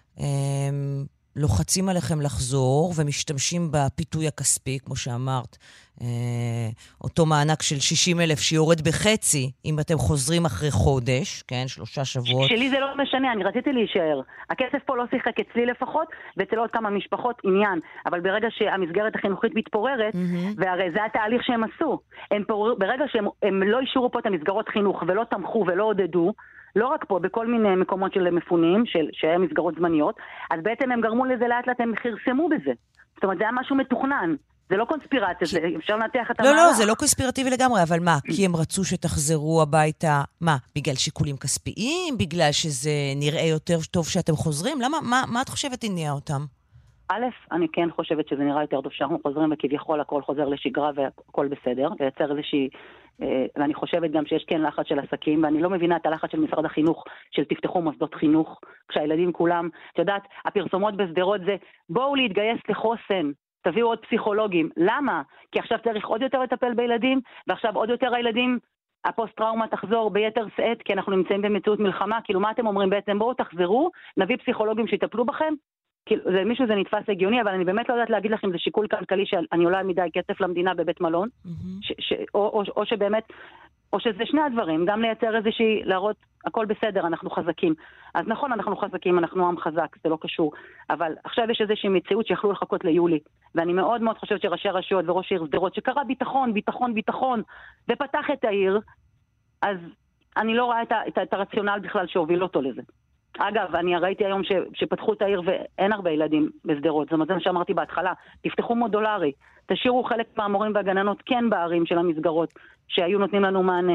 לוחצים עליכם לחזור ומשתמשים בפיתוי הכספי, כמו שאמרת, אותו מענק של 60,000 שיורד בחצי, אם אתם חוזרים אחרי חודש, כן, 3 שבועות. שלי זה לא משנה, אני רציתי להישאר. הכסף פה לא שיחק אצלי לפחות, ואצל עוד כמה משפחות עניין. אבל ברגע שהמסגרת החינוכית מתפוררת, והרי זה התהליך שהם עשו, ברגע שהם לא אישורו פה את המסגרות חינוך, ולא תמכו ולא עודדו, לא רק פה, בכל מיני מקומות של מפונים, שהיה מסגרות זמניות, אז בעצם הם גרמו לזה לאט לאט, הם חרסמו בזה. זאת אומרת, זה היה משהו מתוכנן. זה לא קונספירציה, אפשר לנתח את המהלך. לא, זה לא קונספירטיבי לגמרי, אבל מה? כי הם רצו שתחזרו הביתה, מה? בגלל שיקולים כספיים? בגלל שזה נראה יותר טוב שאתם חוזרים? למה? מה את חושבת הניעה אותם? א', אני כן חושבת שזה נראה יותר טוב שאנחנו חוזרים, וכביכול הכל חוזר לשגרה והכל בסדר, לייצר איזושהי... ואני חושבת גם שיש כן לחץ של עסקים, ואני לא מבינה את הלחץ של משרד החינוך, של תפתחו מוסדות חינוך, כשהילדים כולם, את יודעת, הפרסומות בסדרות זה, בואו להתגייס לחוסן, תביאו עוד פסיכולוגים. למה? כי עכשיו צריך עוד יותר לטפל בילדים, ועכשיו עוד יותר הילדים, הפוסט-טראומה תחזור ביתר שאת, כי אנחנו נמצאים במציאות מלחמה, כאילו מה אתם אומרים בעצם? בואו תחזרו, נביא פסיכולוגים שיטפלו בכם, כאילו, מישהו זה נתפס הגיוני, אבל אני באמת לא יודעת להגיד לכם, זה שיקול כלכלי שאני עולה מדי כסף למדינה בבית מלון, או שבאמת, או שזה שני הדברים, גם לייצר איזושהי, להראות, הכל בסדר, אנחנו חזקים. אז נכון, אנחנו חזקים, אנחנו עם חזק, זה לא קשור. אבל עכשיו יש איזושהי מציאות שיכלו לחכות ליולי. ואני מאוד מאוד חושבת שראשי הרשויות וראש העיר שדרות, שקרא ביטחון, ביטחון, ביטחון, ופתח את העיר, אז אני לא רואה את הרציונל בכלל שהוביל אותו לזה. אגב, אני ראיתי היום שפתחו את העיר ואין הרבה ילדים בסדרות. זאת אומרת, זה מה שאמרתי בהתחלה. תפתחו מודולרי. תשאירו חלק מהמורים והגננות כן בערים של המסגרות, שהיו נותנים לנו מענה,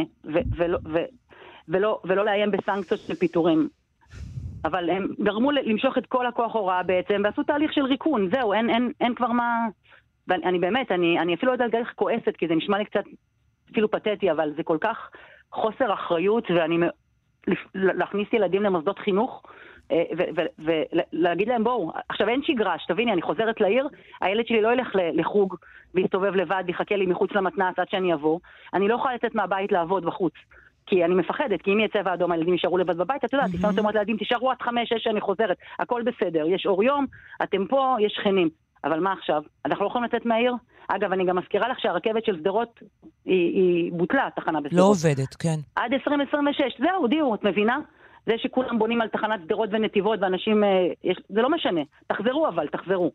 ולא לאיים בסנקציות של פיטורים. אבל הם גרמו למשוך את כל הכוח הוראה בעצם, ועשו תהליך של ריקון. זהו, אין כבר מה... ואני באמת, אני אפילו לא יודעת איך כועסת, כי זה נשמע לי קצת אפילו פתטי, אבל זה כל כך חוסר אחריות, ואני להכניס ילדים למוסדות חינוך, ולהגיד להם בואו, עכשיו אין שגרה, שתביני, אני חוזרת לעיר, הילד שלי לא ילך לחוג ויסתובב לבד, ויחכה לי מחוץ למתנ"ס עד שאני אבוא, אני לא יכולה לצאת מהבית לעבוד בחוץ, כי אני מפחדת, כי אם יהיה צבע אדום הילדים יישארו לבד בבית, את יודעת, לפעמים אומרת לילדים, תישארו עד 5-6 שאני חוזרת, הכל בסדר, יש אור יום, אתם פה, יש שכנים, אבל מה עכשיו? אנחנו לא יכולים לצאת מהעיר? אגב, אני גם מזכירה לך שהרכבת של סדרות היא בוטלה, תחנה בסדרות. לא עובדת, כן. עד 2026, זהו, דיור, את מבינה? זה שכולם בונים על תחנת סדרות ונתיבות, ואנשים, זה לא משנה. תחזרו אבל, תחזרו.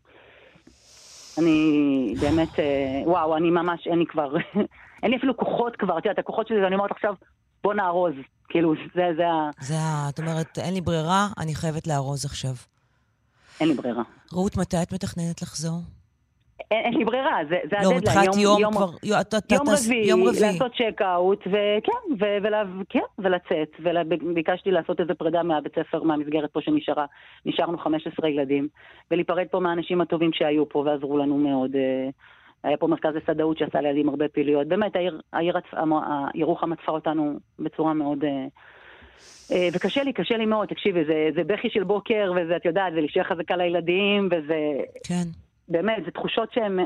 אני באמת, וואו, אני ממש, אין לי כבר, אין לי אפילו כוחות כבר, תראה, את הכוחות שלי, אני אומרת עכשיו, בוא נארוז. כאילו, זה את אומרת, אין לי ברירה, אני חייבת לארוז עכשיו. אין לי ברירה. רות, מתי את מתכננת לחזור? אין לי ברירה, זה לא, הדדליין. מתחילת יום רביעי, לעשות צ'ק-אאוט, ולצאת. וביקשתי לעשות איזה פרידה מהבית ספר, מהמסגרת פה נשארנו 15 ילדים, ולהיפרד פה מהאנשים הטובים שהיו פה, ועזרו לנו מאוד. היה פה מרכז הסדאות שעשה לילדים הרבה פעילויות. באמת, ירוחם עצפה אותנו בצורה מאוד... וקשה לי מאוד, תקשיבי, זה בכי של בוקר, וזה, את יודעת, זה להישאר חזקה לילדים, וזה... כן. באמת, זה תחושות שהן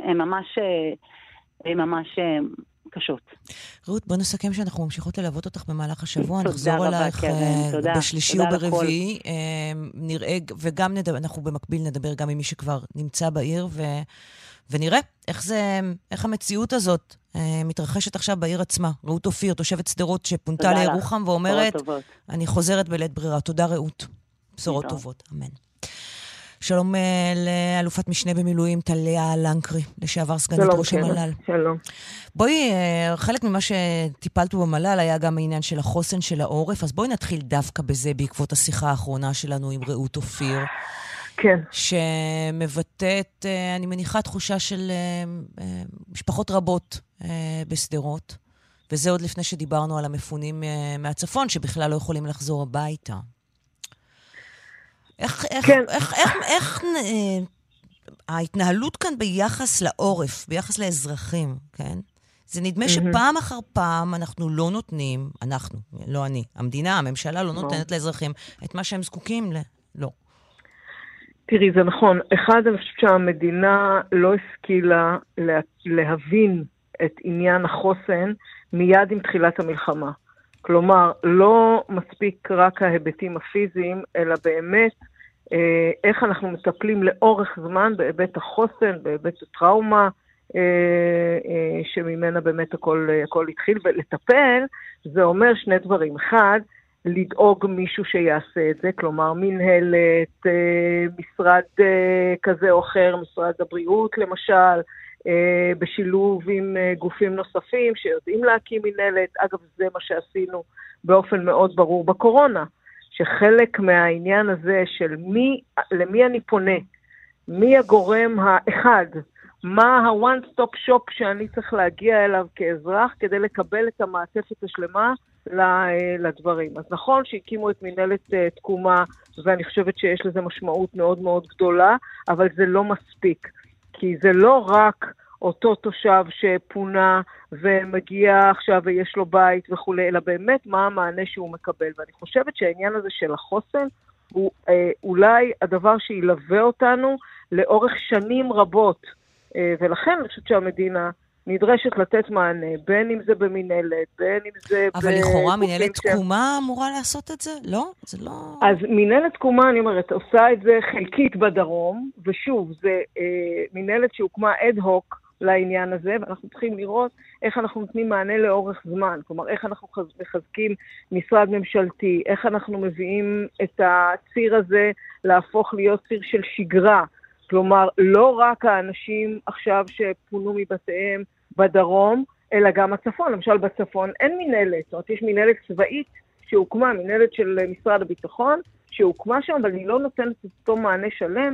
ממש קשות. רות, בוא נסכם שאנחנו ממשיכות ללוות אותך במהלך השבוע, נחזור אלייך בשלישי וברביעי, נראה, וגם אנחנו במקביל נדבר גם עם מי שכבר נמצא בעיר, ונראה איך המציאות הזאת מתרחשת עכשיו בעיר עצמה. רעות אופיר, תושבת סדרות שפונתה לירוחם ואומרת, אני חוזרת בלית ברירה. תודה רעות. בשורות טובות. אמן. שלום לאלופת משנה במילואים, טליה לנקרי, לשעבר סגנית ראש המל"ל. שלום. בואי, חלק ממה שטיפלת במל"ל היה גם העניין של החוסן של העורף, אז בואי נתחיל דווקא בזה בעקבות השיחה האחרונה שלנו עם רעות אופיר. כן. שמבטאת, אני מניחה, תחושה של משפחות רבות בסדרות, וזה עוד לפני שדיברנו על המפונים מהצפון, שבכלל לא יכולים לחזור הביתה. איך ההתנהלות כאן ביחס לעורף, ביחס לאזרחים, כן? זה נדמה שפעם אחר פעם אנחנו לא נותנים, לא אני, המדינה, הממשלה לא נותנת לאזרחים את מה שהם זקוקים לא. תראי, זה נכון. אחד, אני חושבת שהמדינה לא השכילה להבין את עניין החוסן מיד עם תחילת המלחמה. כלומר, לא מספיק רק ההיבטים הפיזיים, אלא באמת איך אנחנו מטפלים לאורך זמן בהיבט החוסן, בהיבט הטראומה, שממנה באמת הכל התחיל. ולטפל, זה אומר שני דברים. אחד, לדאוג מישהו שיעשה את זה, כלומר מנהלת, משרד כזה או אחר, משרד הבריאות למשל, בשילוב עם גופים נוספים שיודעים להקים מנהלת. אגב, זה מה שעשינו באופן מאוד ברור בקורונה, שחלק מהעניין הזה של למי אני פונה, מי הגורם האחד, מה ה-one stop shop שאני צריך להגיע אליו כאזרח כדי לקבל את המעטפת השלמה לדברים. אז נכון שהקימו את מנהלת תקומה, ואני חושבת שיש לזה משמעות מאוד מאוד גדולה, אבל זה לא מספיק. כי זה לא רק אותו תושב שפונה ומגיע עכשיו ויש לו בית וכו', אלא באמת מה המענה שהוא מקבל. ואני חושבת שהעניין הזה של החוסן הוא אולי הדבר שילווה אותנו לאורך שנים רבות. ולכן אני חושבת שהמדינה נדרשת לתת מענה, בין אם זה במנהלת, בין אם זה... אבל לכאורה מנהלת תקומה אמורה לעשות את זה? לא? זה לא... אז מנהלת תקומה, אני אומרת, עושה את זה חלקית בדרום, ושוב, זה מנהלת שהוקמה אד-הוק לעניין הזה, ואנחנו צריכים לראות איך אנחנו נותנים מענה לאורך זמן, כלומר, איך אנחנו מחזקים משרד ממשלתי, איך אנחנו מביאים את הציר הזה להפוך להיות ציר של שגרה, כלומר, לא רק האנשים עכשיו שפונו מבתיהם בדרום, אלא גם הצפון. למשל, בצפון אין מנהלת, זאת אומרת, יש מנהלת צבאית שהוקמה, מנהלת של משרד הביטחון, שהוקמה שם, אבל היא לא נותנת את אותו מענה שלם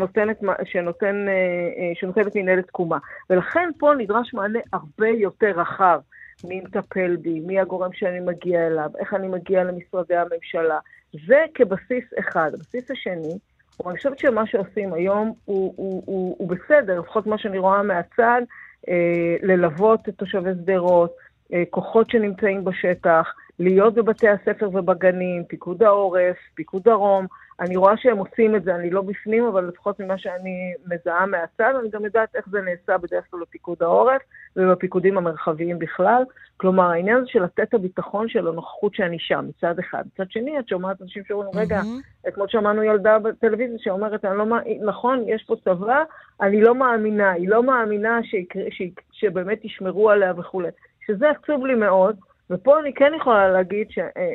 שנותנת מנהלת תקומה. ולכן פה נדרש מענה הרבה יותר רחב. מי מטפל בי, מי הגורם שאני מגיע אליו, איך אני מגיע למשרדי הממשלה. זה כבסיס אחד. הבסיס השני, אני חושבת שמה שעושים היום הוא בסדר, לפחות מה שאני רואה מהצד, ללוות את תושבי שדרות, כוחות שנמצאים בשטח, להיות בבתי הספר ובגנים, פיקוד העורף, פיקוד דרום, אני רואה שהם עושים את זה, אני לא בפנים, אבל לפחות ממה שאני מזהה מהצד, אני גם יודעת איך זה נעשה בדרך כלל בפיקוד העורף, ובפיקודים המרחביים בכלל, כלומר, העניין הזה של לתת הביטחון של הנוכחות שאני שם, מצד אחד. מצד שני, את שומעת אנשים שאומרים, רגע, אתמול שמענו ילדה בטלוויזיה שאומרת, נכון, יש פה צבא, אני לא מאמינה, היא לא מאמינה שבאמת ישמרו עליה וכו'. שזה עצוב לי מאוד, ופה אני כן יכולה להגיד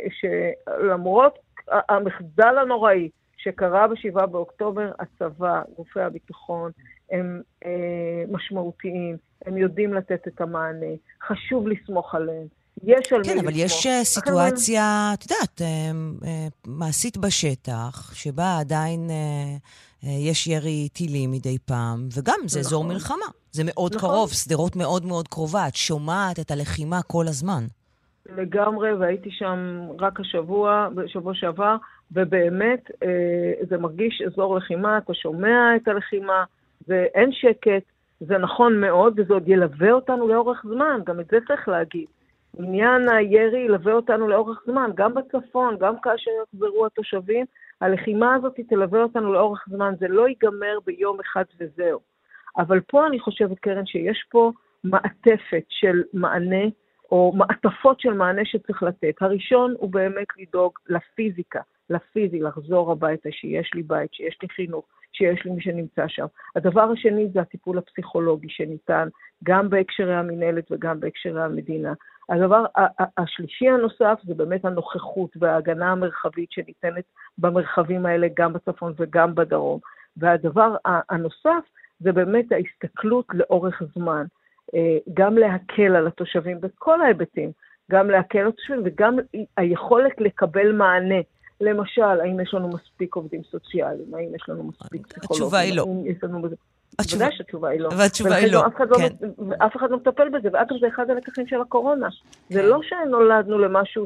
שלמרות המחדל הנוראי שקרה ב7 באוקטובר, הצבא, גופי הביטחון, הם משמעותיים, הם יודעים לתת את המענה, חשוב לסמוך עליהם. יש על מי כן, אבל לסמוך. יש סיטואציה, את יודעת, מעשית בשטח, שבה עדיין יש ירי טילים מדי פעם, וגם זה אזור מלחמה. זה מאוד קרוב, שדרות מאוד מאוד קרובה, את שומעת את הלחימה כל הזמן. לגמרי, והייתי שם רק בשבוע שעבר, ובאמת זה מרגיש אזור לחימה, אתה שומע את הלחימה, ואין שקט, זה נכון מאוד, וזה עוד ילווה אותנו לאורך זמן, גם את זה צריך להגיד. עניין הירי ילווה אותנו לאורך זמן, גם בצפון, גם כאשר יחזרו התושבים, הלחימה הזאת תלווה אותנו לאורך זמן, זה לא ייגמר ביום אחד וזהו. אבל פה אני חושבת, קרן, שיש פה מעטפת של מענה, או מעטפות של מענה שצריך לתת. הראשון הוא באמת לדאוג לפיזיקה, לפיזי, לחזור הביתה, שיש לי בית, שיש לי חינוך, שיש לי מי שנמצא שם. הדבר השני זה הטיפול הפסיכולוגי שניתן, גם בהקשרי המנהלת וגם בהקשרי המדינה. הדבר השלישי הנוסף זה באמת הנוכחות וההגנה המרחבית שניתנת במרחבים האלה, גם בצפון וגם בדרום. והדבר הנוסף זה באמת ההסתכלות לאורך זמן. גם להקל על התושבים בכל ההיבטים, גם להקל על התושבים וגם היכולת לקבל מענה. למשל, האם יש לנו מספיק עובדים סוציאליים, האם יש לנו מספיק פסיכולוגים? התשובה היא לא. בוודאי שהתשובה היא לא. והתשובה היא לא, כן. ואף אחד לא מטפל בזה, ואגב זה אחד הלקחים של הקורונה. זה לא שנולדנו למשהו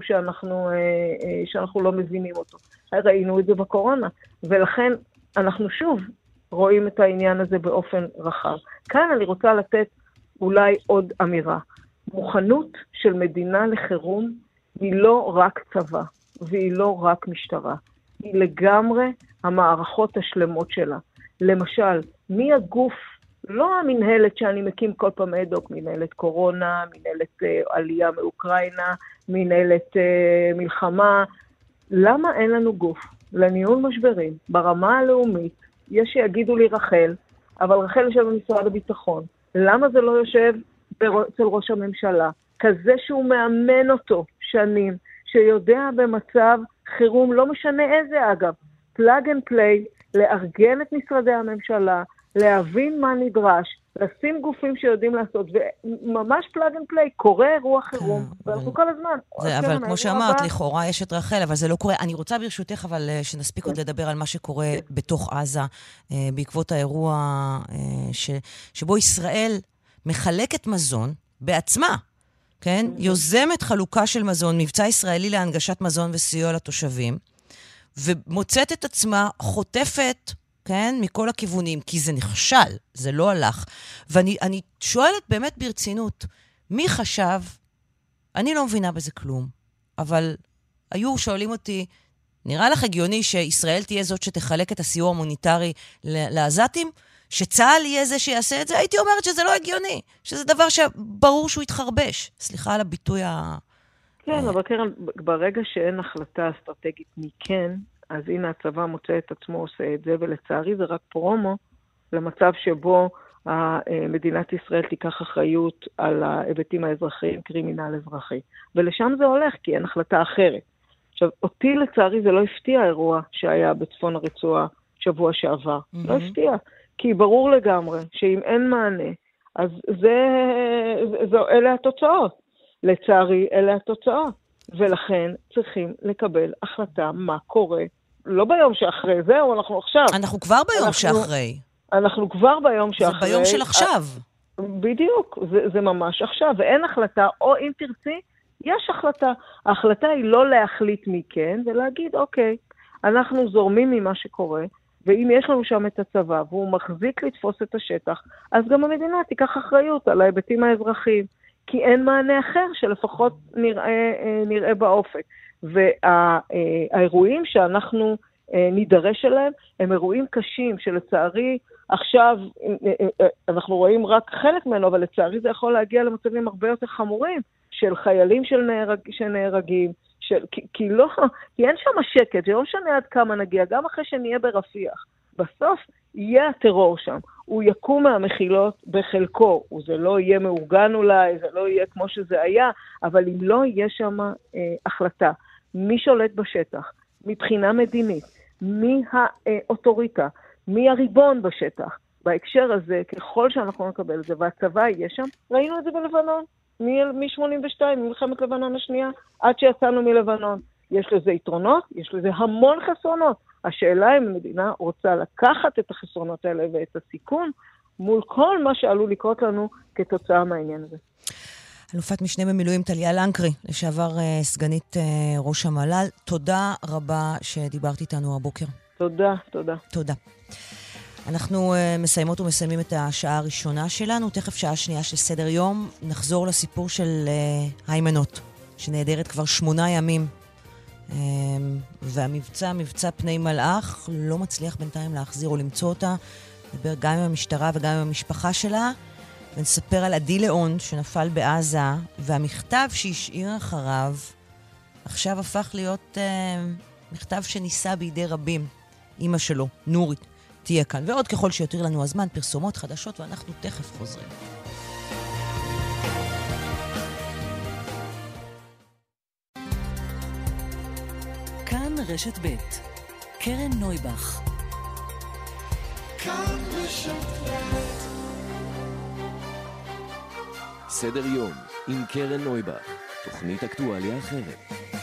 שאנחנו לא מבינים אותו. ראינו את זה בקורונה, ולכן אנחנו שוב רואים את העניין הזה באופן רחב. כאן אני רוצה לתת אולי עוד אמירה. מוכנות של מדינה לחירום היא לא רק צבא, והיא לא רק משטרה. היא לגמרי המערכות השלמות שלה. למשל, מי הגוף, לא המנהלת שאני מקים כל פעם אדוק, מנהלת קורונה, מנהלת עלייה מאוקראינה, מנהלת מלחמה. למה אין לנו גוף לניהול משברים ברמה הלאומית? יש שיגידו לי רחל, אבל רחל יושב במשרד הביטחון. למה זה לא יושב אצל ראש הממשלה? כזה שהוא מאמן אותו שנים, שיודע במצב חירום, לא משנה איזה אגב, פלאג אנד פליי, לארגן את משרדי הממשלה, להבין מה נדרש, לשים גופים שיודעים לעשות, וממש פלאג אנד פליי, קורה אירוע חירום, ואנחנו כל הזמן. אבל כמו שאמרת, לכאורה יש את רחל, אבל זה לא קורה. אני רוצה ברשותך, אבל שנספיק עוד לדבר על מה שקורה בתוך עזה, בעקבות האירוע שבו ישראל מחלקת מזון בעצמה, כן? יוזמת חלוקה של מזון, מבצע ישראלי להנגשת מזון וסיוע לתושבים, ומוצאת את עצמה חוטפת, כן, מכל הכיוונים, כי זה נכשל, זה לא הלך. ואני שואלת באמת ברצינות, מי חשב, אני לא מבינה בזה כלום, אבל היו שואלים אותי, נראה לך הגיוני שישראל תהיה זאת שתחלק את הסיוע המוניטרי לעזתים? שצה"ל יהיה זה שיעשה את זה, הייתי אומרת שזה לא הגיוני, שזה דבר שברור שהוא יתחרבש. סליחה על הביטוי כן, אבל קרן, ברגע שאין החלטה אסטרטגית מכן, אז הנה הצבא מוצא את עצמו עושה את זה, ולצערי זה רק פרומו למצב שבו מדינת ישראל תיקח אחריות על ההיבטים האזרחיים, קרימינל אזרחי. ולשם זה הולך, כי אין החלטה אחרת. עכשיו, אותי לצערי זה לא הפתיע האירוע שהיה בצפון הרצועה שבוע שעבר. לא הפתיע, כי ברור לגמרי שאם אין מענה, אז אלה התוצאות. לצערי, אלה התוצאות. ולכן צריכים לקבל החלטה מה קורה. לא ביום שאחרי, זהו, אנחנו עכשיו. אנחנו כבר ביום שאחרי. אנחנו כבר ביום שאחרי. זה ביום של עכשיו. בדיוק, זה ממש עכשיו. ואין החלטה, או אם תרצי, יש החלטה. ההחלטה היא לא להחליט מכן, ולהגיד, אוקיי, אנחנו זורמים ממה שקורה, ואם יש לנו שם את הצבא, והוא מחזיק לתפוס את השטח, אז גם המדינה תיקח אחריות על ההיבטים האזרחיים. כי אין מענה אחר שלפחות נראה באופק. והאירועים שאנחנו נידרש אליהם, הם אירועים קשים שלצערי עכשיו אנחנו רואים רק חלק ממנו, אבל לצערי זה יכול להגיע למצבים הרבה יותר חמורים, של חיילים שנהרגים, כי אין שם שקט, זה לא משנה עד כמה נגיע, גם אחרי שנהיה ברפיח. בסוף יהיה הטרור שם, הוא יקום מהמחילות בחלקו, זה לא יהיה מאורגן אולי, זה לא יהיה כמו שזה היה, אבל אם לא יהיה שם החלטה, מי שולט בשטח, מבחינה מדינית, מי האוטוריטה, מי הריבון בשטח, בהקשר הזה, ככל שאנחנו נקבל את זה, והצבא יהיה שם, ראינו את זה בלבנון, מ-82, מלחמת לבנון השנייה, עד שיצאנו מלבנון. יש לזה יתרונות, יש לזה המון חסרונות. השאלה אם המדינה רוצה לקחת את החסרונות האלה ואת הסיכון, מול כל מה שעלול לקרות לנו כתוצאה מהעניין הזה. אלופת משנה במילואים טליה לנקרי, לשעבר סגנית ראש המל"ל, תודה רבה שדיברת איתנו הבוקר. תודה. אנחנו מסיימות ומסיימים את השעה הראשונה שלנו, תכף שעה שנייה של סדר יום, נחזור לסיפור של היימנוט, שנהדרת כבר 8 ימים, מבצע פני מלאך, לא מצליח בינתיים להחזיר או למצוא אותה, נדבר גם עם המשטרה וגם עם המשפחה שלה, ונספר על עדי ליאון שנפל בעזה, והמכתב שהשאיר אחריו, עכשיו הפך להיות מכתב שניסה בידי רבים, אמא שלו, נורית, תהיה כאן. ועוד ככל שיותר לנו הזמן, פרסומות חדשות, ואנחנו תכף חוזרים. כאן רשת ב' קרן נויבך. כאן רשת ב' סדר יום עם קרן נויבך, תוכנית אקטואליה אחרת.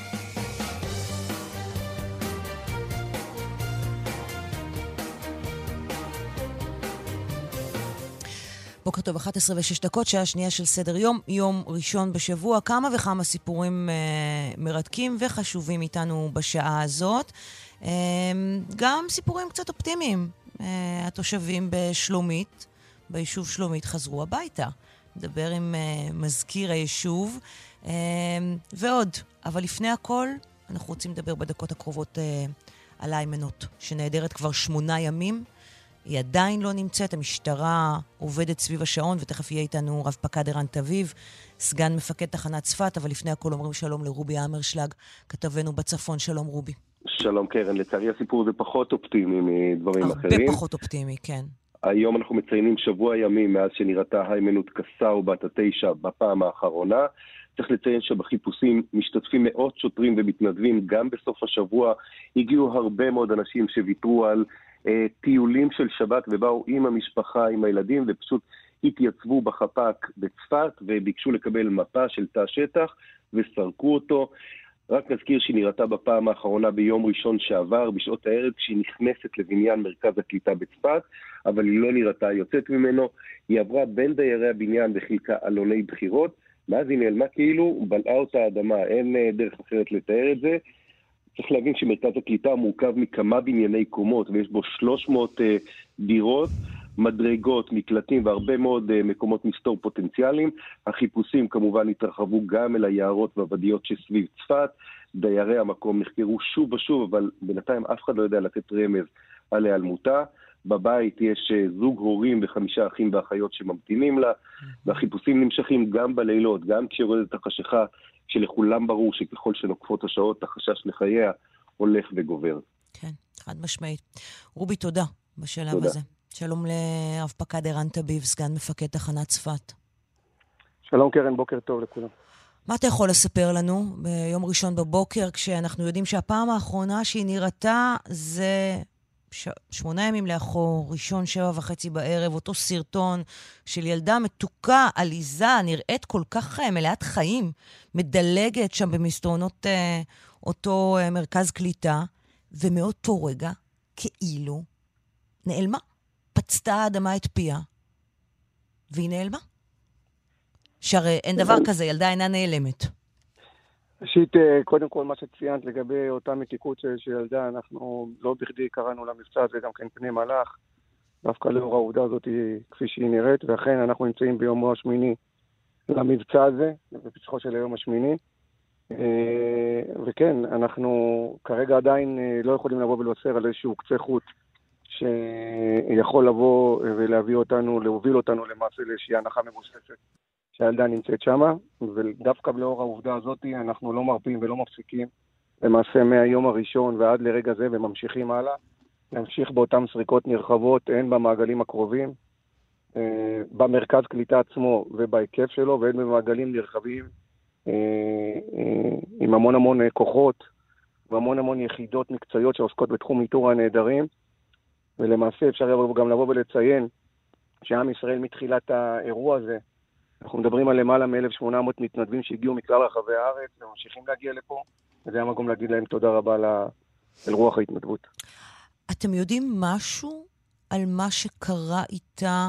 בוקר טוב, 11:06, שעה שנייה של סדר יום, יום ראשון בשבוע, כמה וכמה סיפורים מרתקים וחשובים איתנו בשעה הזאת. גם סיפורים קצת אופטימיים. התושבים בשלומית, ביישוב שלומית, חזרו הביתה. נדבר עם מזכיר היישוב ועוד. אבל לפני הכל, אנחנו רוצים לדבר בדקות הקרובות על היימנוט, שנהדרת כבר 8 ימים. היא עדיין לא נמצאת, המשטרה עובדת סביב השעון, ותכף יהיה איתנו רב פקד ערן תביב, סגן מפקד תחנת צפת, אבל לפני הכל אומרים שלום לרובי אמרשלג, כתבנו בצפון. שלום רובי. שלום קרן, לצערי הסיפור זה פחות אופטימי מדברים אחרים. הרבה פחות אופטימי, כן. היום אנחנו מציינים שבוע ימים מאז שנראתה היימנוט קסאו בת 9 בפעם האחרונה. צריך לציין שבחיפושים משתתפים מאות שוטרים ומתנדבים, גם בסוף השבוע הגיעו הרבה מאוד אנשים שוויתרו על טיולים של שבת ובאו עם המשפחה, עם הילדים, ופשוט התייצבו בחפ"ק בצפת וביקשו לקבל מפה של תא שטח וסרקו אותו. רק נזכיר שהיא נראתה בפעם האחרונה ביום ראשון שעבר, בשעות הערב, כשהיא נכנסת לבניין מרכז הקליטה בצפת, אבל היא לא נראתה יוצאת ממנו. היא עברה בין דיירי הבניין וחילקה אלוני בחירות, מאז היא נעלמה כאילו בלעה אותה האדמה, אין דרך אחרת לתאר את זה. צריך להבין שמרכז הקליטה מורכב מכמה בנייני קומות, ויש בו 300 דירות, מדרגות, מקלטים והרבה מאוד מקומות מסתור פוטנציאליים. החיפושים כמובן התרחבו גם אל היערות והוודיות שסביב צפת. דיירי המקום נחקרו שוב ושוב, אבל בינתיים אף אחד לא יודע לתת רמז על היעלמותה. בבית יש זוג הורים ו5 אחים ואחיות שממתינים לה, והחיפושים נמשכים גם בלילות, גם כשיורדת החשיכה, שלכולם ברור שככל שנוקפות השעות, החשש לחייה הולך וגובר. כן, חד משמעית. רובי, תודה בשלב תודה. הזה. שלום לרב פקד ערן תביב, סגן מפקד תחנת צפת. שלום קרן, בוקר טוב לכולם. מה אתה יכול לספר לנו ביום ראשון בבוקר, כשאנחנו יודעים שהפעם האחרונה שהיא נראתה זה 8 ימים לאחור, ראשון 7:30 בערב, אותו סרטון של ילדה מתוקה, עליזה, נראית כל כך מלאת חיים, מדלגת שם במסדרונות אותו מרכז קליטה, ומאותו רגע, כאילו, נעלמה. פצתה האדמה את פיה, והיא נעלמה. שהרי אין דבר כזה, ילדה אינה נעלמת. ראשית, קודם כל מה שציינת לגבי אותה מתיקות של ילדה, אנחנו לא בכדי קראנו למבצע הזה גם כן פני מלאך, דווקא לאור העובדה הזאת כפי שהיא נראית, ואכן אנחנו נמצאים ביום השמיני למבצע הזה, בפתחו של היום השמיני, וכן, אנחנו כרגע עדיין לא יכולים לבוא ולבשר על איזשהו קצה חוט, שיכול לבוא ולהביא אותנו, להוביל אותנו למעשה לאיזושהי הנחה מבוססת שהילדה נמצאת שמה, ודווקא לאור העובדה הזאת אנחנו לא מרפים ולא מפסיקים, למעשה מהיום הראשון ועד לרגע זה וממשיכים הלאה, להמשיך באותן סריקות נרחבות, הן במעגלים הקרובים, במרכז קליטה עצמו ובהיקף שלו, והן במעגלים נרחבים, עם המון כוחות, והמון יחידות מקצועיות שעוסקות בתחום איתור הנעדרים, ולמעשה אפשר גם לבוא ולציין שעם ישראל מתחילת האירוע הזה, אנחנו מדברים על למעלה מ-1,800 מתנדבים שהגיעו מכלל רחבי הארץ, וממשיכים להגיע לפה, וזה היה מקום להגיד להם תודה רבה על רוח ההתנדבות. אתם יודעים משהו על מה שקרה איתה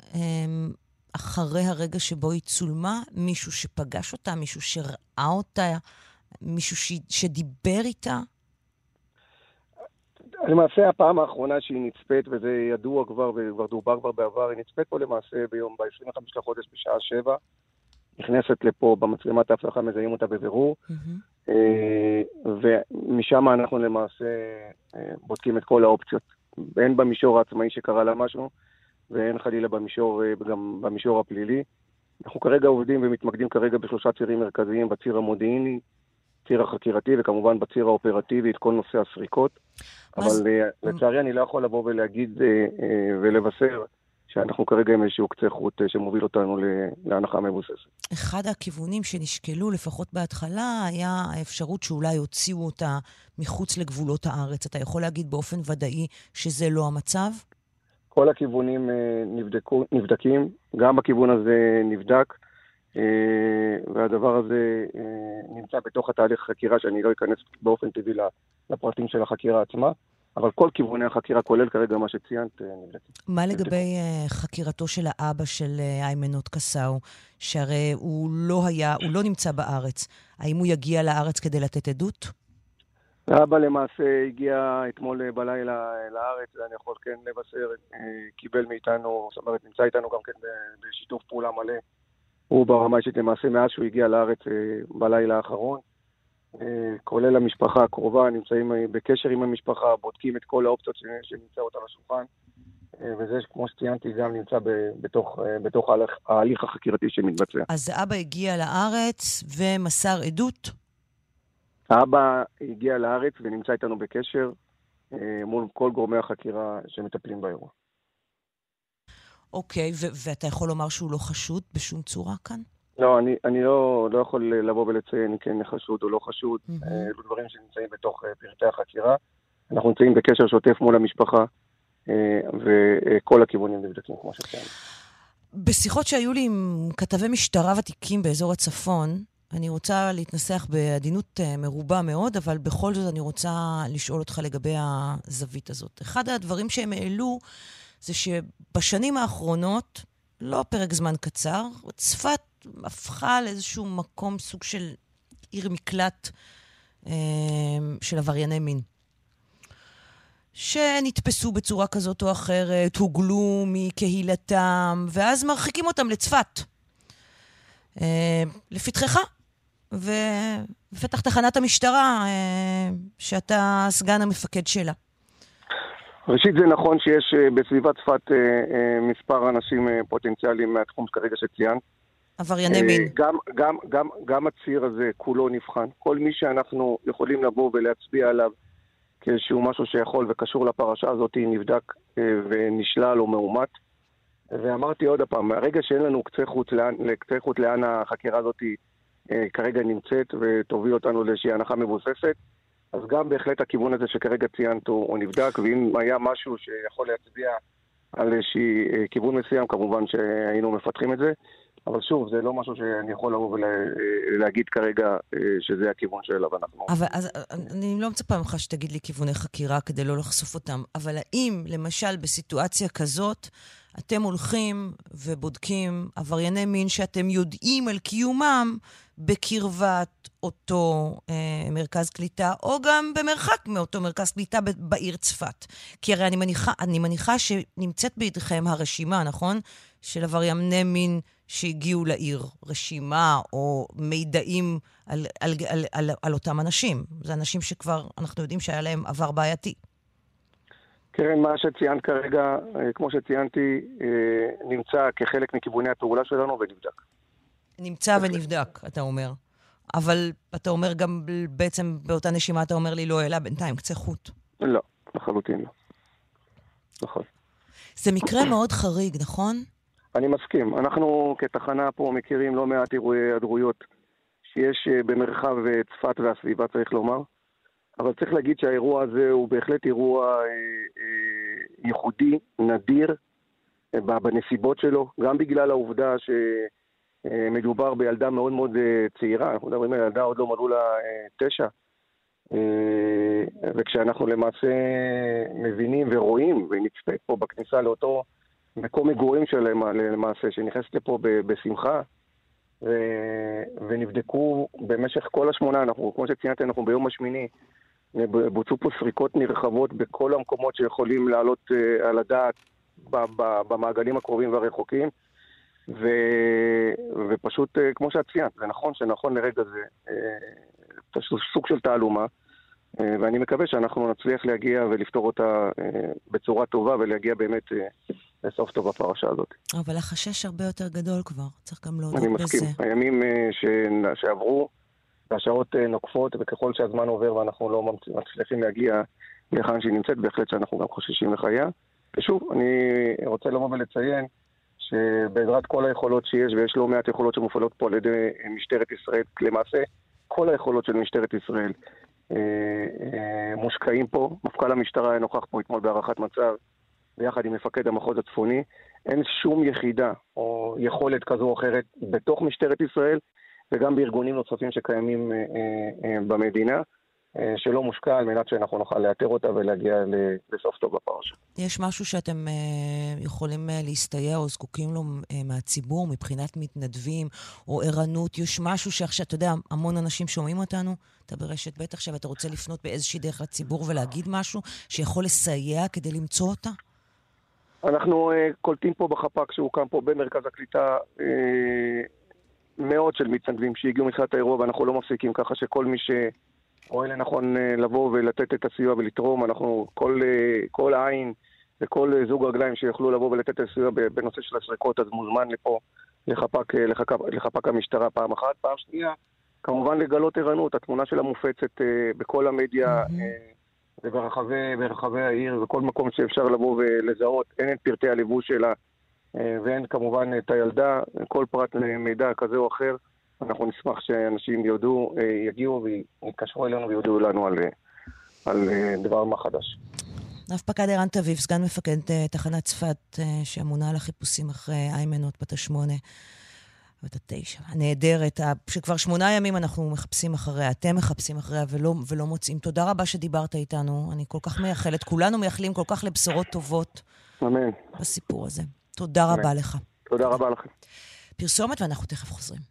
אחרי הרגע שבו היא צולמה? מישהו שפגש אותה, מישהו שראה אותה, מישהו שדיבר איתה? למעשה הפעם האחרונה שהיא נצפית, וזה ידוע כבר וכבר דובר כבר בעבר, היא נצפית פה למעשה ב-25 לחודש בשעה 7, נכנסת לפה במצלמת ההפלחה, מזהים אותה בבירור, ומשם אנחנו למעשה בודקים את כל האופציות, הן במישור העצמאי שקרה לה משהו, והן חלילה גם במישור הפלילי. אנחנו כרגע עובדים ומתמקדים כרגע ב3 צירים מרכזיים, בציר המודיעיני, ציר החקירתי וכמובן בציר האופרטיבי את כל נושא הסריקות, אבל לצערי אני לא יכול לבוא ולהגיד ולבשר שאנחנו כרגע עם איזשהו קצה חוט שמוביל אותנו להנחה מבוססת. אחד הכיוונים שנשקלו לפחות בהתחלה היה האפשרות שאולי הוציאו אותה מחוץ לגבולות הארץ. אתה יכול להגיד באופן ודאי שזה לא המצב? כל הכיוונים נבדקים, גם בכיוון הזה נבדק, והדבר הזה נמצא בתוך התהליך חקירה, שאני לא אכנס באופן טבעי לפרטים של החקירה עצמה, אבל כל כיווני החקירה, כולל כרגע מה שציינת, נבדקים. מה לגבי חקירתו של האבא של איימנות קסאו, שהרי הוא לא נמצא בארץ, האם הוא יגיע לארץ כדי לתת עדות? האבא למעשה הגיע אתמול בלילה לארץ, ואני יכול כן לבשר, קיבל מאיתנו, זאת אומרת נמצא איתנו גם כן בשיתוף פעולה מלא, הוא ברמה אישית למעשה מאז שהוא הגיע לארץ בלילה האחרון, כולל המשפחה הקרובה, נמצאים בקשר עם המשפחה, בודקים את כל האופציות שנמצאות על השולחן, וזה כמו שציינתי גם נמצא בתוך ההליך החקירתי שמתבצע. אז האבא הגיע לארץ ומסר עדות? האבא הגיע לארץ ונמצא איתנו בקשר מול כל גורמי החקירה שמטפלים באירוע. אוקיי, ואתה יכול לומר שהוא לא חשוד בשום צורה כאן? לא, אני לא יכול לבוא ולציין כן חשוד או לא חשוד. אלו דברים שנמצאים בתוך פרטי החקירה. אנחנו נמצאים בקשר שוטף מול המשפחה, וכל הכיוונים נבדקים כמו שציין. בשיחות שהיו לי עם כתבי משטרה ותיקים באזור הצפון, אני רוצה להתנסח בעדינות מרובה מאוד, אבל בכל זאת אני רוצה לשאול אותך לגבי הזווית הזאת. אחד הדברים שהם העלו זה שבשנים האחרונות, לא פרק זמן קצר, צפת הפכה לאיזשהו מקום, סוג של עיר מקלט של עברייני מין. שנתפסו בצורה כזאת או אחרת, הוגלו מקהילתם, ואז מרחיקים אותם לצפת. לפתחך, ופתח תחנת המשטרה, שאתה סגן המפקד שלה. ראשית זה נכון שיש בסביבת צפת מספר אנשים פוטנציאליים מהתחום כרגע שציינת. עברייני מין. גם הציר הזה כולו נבחן. כל מי שאנחנו יכולים לבוא ולהצביע עליו כאיזשהו משהו שיכול וקשור לפרשה הזאת נבדק ונשלל או מאומת. ואמרתי עוד הפעם, מהרגע שאין לנו קצה חוט לאן החקירה הזאת כרגע נמצאת ותוביל אותנו לאיזושהי הנחה מבוססת, אז גם בהחלט הכיוון הזה שכרגע ציינת הוא נבדק, ואם היה משהו שיכול להצביע על איזושהי כיוון מסוים, כמובן שהיינו מפתחים את זה. אבל שוב, זה לא משהו שאני יכול לבוא ולהגיד כרגע שזה הכיוון שאליו אנחנו. אבל אז, אני לא מצפה ממך שתגיד לי כיווני חקירה כדי לא לחשוף אותם, אבל האם למשל בסיטואציה כזאת אתם הולכים ובודקים עברייני מין שאתם יודעים על קיומם בקרבת אותו מרכז קליטה, או גם במרחק מאותו מרכז קליטה בעיר צפת? כי הרי אני מניחה שנמצאת בידיכם הרשימה, נכון? של עברייני מין שהגיעו לעיר, רשימה או מידעים על אותם אנשים. זה אנשים שכבר אנחנו יודעים שהיה להם עבר בעייתי. קרן, מה שציינת כרגע, כמו שציינתי, נמצא כחלק מכיווני הפעולה שלנו ונבדק. נמצא ונבדק, אתה אומר. אבל אתה אומר גם בעצם באותה נשימה, אתה אומר לי לא העלה בינתיים קצה חוט. לא, לחלוטין לא. נכון. זה מקרה מאוד חריג, נכון? אני מסכים. אנחנו כתחנה פה מכירים לא מעט אירועי היעדרויות שיש במרחב צפת והסביבה, צריך לומר. אבל צריך להגיד שהאירוע הזה הוא בהחלט אירוע ייחודי, נדיר, בנסיבות שלו, גם בגלל העובדה שמדובר בילדה מאוד מאוד צעירה, אנחנו מדברים על ילדה עוד לא מלאו לה 9, וכשאנחנו למעשה מבינים ורואים ונצפית פה בכניסה לאותו מקום מגורים שלהם למעשה, שנכנסת לפה בשמחה, ונבדקו במשך כל השמונה, אנחנו, כמו שציינתי, אנחנו ביום השמיני, בוצעו פה סריקות נרחבות בכל המקומות שיכולים לעלות על הדעת במעגלים הקרובים והרחוקים, ופשוט כמו שאת ציינת, זה נכון שנכון לרגע זה סוג של תעלומה, ואני מקווה שאנחנו נצליח להגיע ולפתור אותה בצורה טובה ולהגיע באמת לסוף טוב בפרשה הזאת. אבל החשש הרבה יותר גדול כבר, צריך גם להודות בזה. אני מסכים, הימים שעברו, והשעות נוקפות, וככל שהזמן עובר ואנחנו לא מצליחים להגיע לכאן שהיא נמצאת, בהחלט שאנחנו גם חוששים לחייה. ושוב, אני רוצה לבוא ולציין שבעזרת כל היכולות שיש, ויש לא מעט יכולות שמופעלות פה על ידי משטרת ישראל, למעשה כל היכולות של משטרת ישראל מושקעים פה. מפכ"ל המשטרה היה נוכח פה אתמול בהערכת מצב, ביחד עם מפקד המחוז הצפוני. אין שום יחידה או יכולת כזו או אחרת בתוך משטרת ישראל, וגם בארגונים נוספים שקיימים במדינה, שלא מושקע על מנת שאנחנו נוכל לאתר אותה ולהגיע לסוף טוב בפרשה. יש משהו שאתם יכולים להסתייע או זקוקים לו מהציבור, מבחינת מתנדבים או ערנות? יש משהו שעכשיו, אתה יודע, המון אנשים שומעים אותנו, אתה ברשת בית עכשיו, אתה רוצה לפנות באיזושהי דרך לציבור ולהגיד משהו שיכול לסייע כדי למצוא אותה? אנחנו קולטים פה בחפ"ק שהוקם פה במרכז הקליטה מאות של מתנדבים שהגיעו מתחילת האירוע, ואנחנו לא מפסיקים, ככה שכל מי שרואה לנכון לבוא ולתת את הסיוע ולתרום, אנחנו כל עין וכל זוג רגליים שיוכלו לבוא ולתת את הסיוע בנושא של הסריקות, אז מוזמן לפה לחפ"ק המשטרה פעם אחת. פעם שנייה, כמובן לגלות ערנות, התמונה שלה מופצת בכל המדיה ברחבי העיר, וכל מקום שאפשר לבוא ולזהות, אין את פרטי הליווי שלה, ואין כמובן את הילדה, כל פרט מידע כזה או אחר, אנחנו נשמח שאנשים יגיעו ויקשרו אלינו ויודעו לנו על דבר מה חדש. רב פקד ערן תביב, סגן מפקד תחנת צפת, שאמונה על החיפושים אחרי איימנות בת 8 ובת 9. הנהדרת, שכבר 8 ימים אנחנו מחפשים אחריה, אתם מחפשים אחריה ולא מוצאים. תודה רבה שדיברת איתנו, אני כל כך מייחלת, כולנו מייחלים כל כך לבשורות טובות. אמן. בסיפור הזה. תודה רבה לך. תודה רבה לכם. פרסומת ואנחנו תכף חוזרים.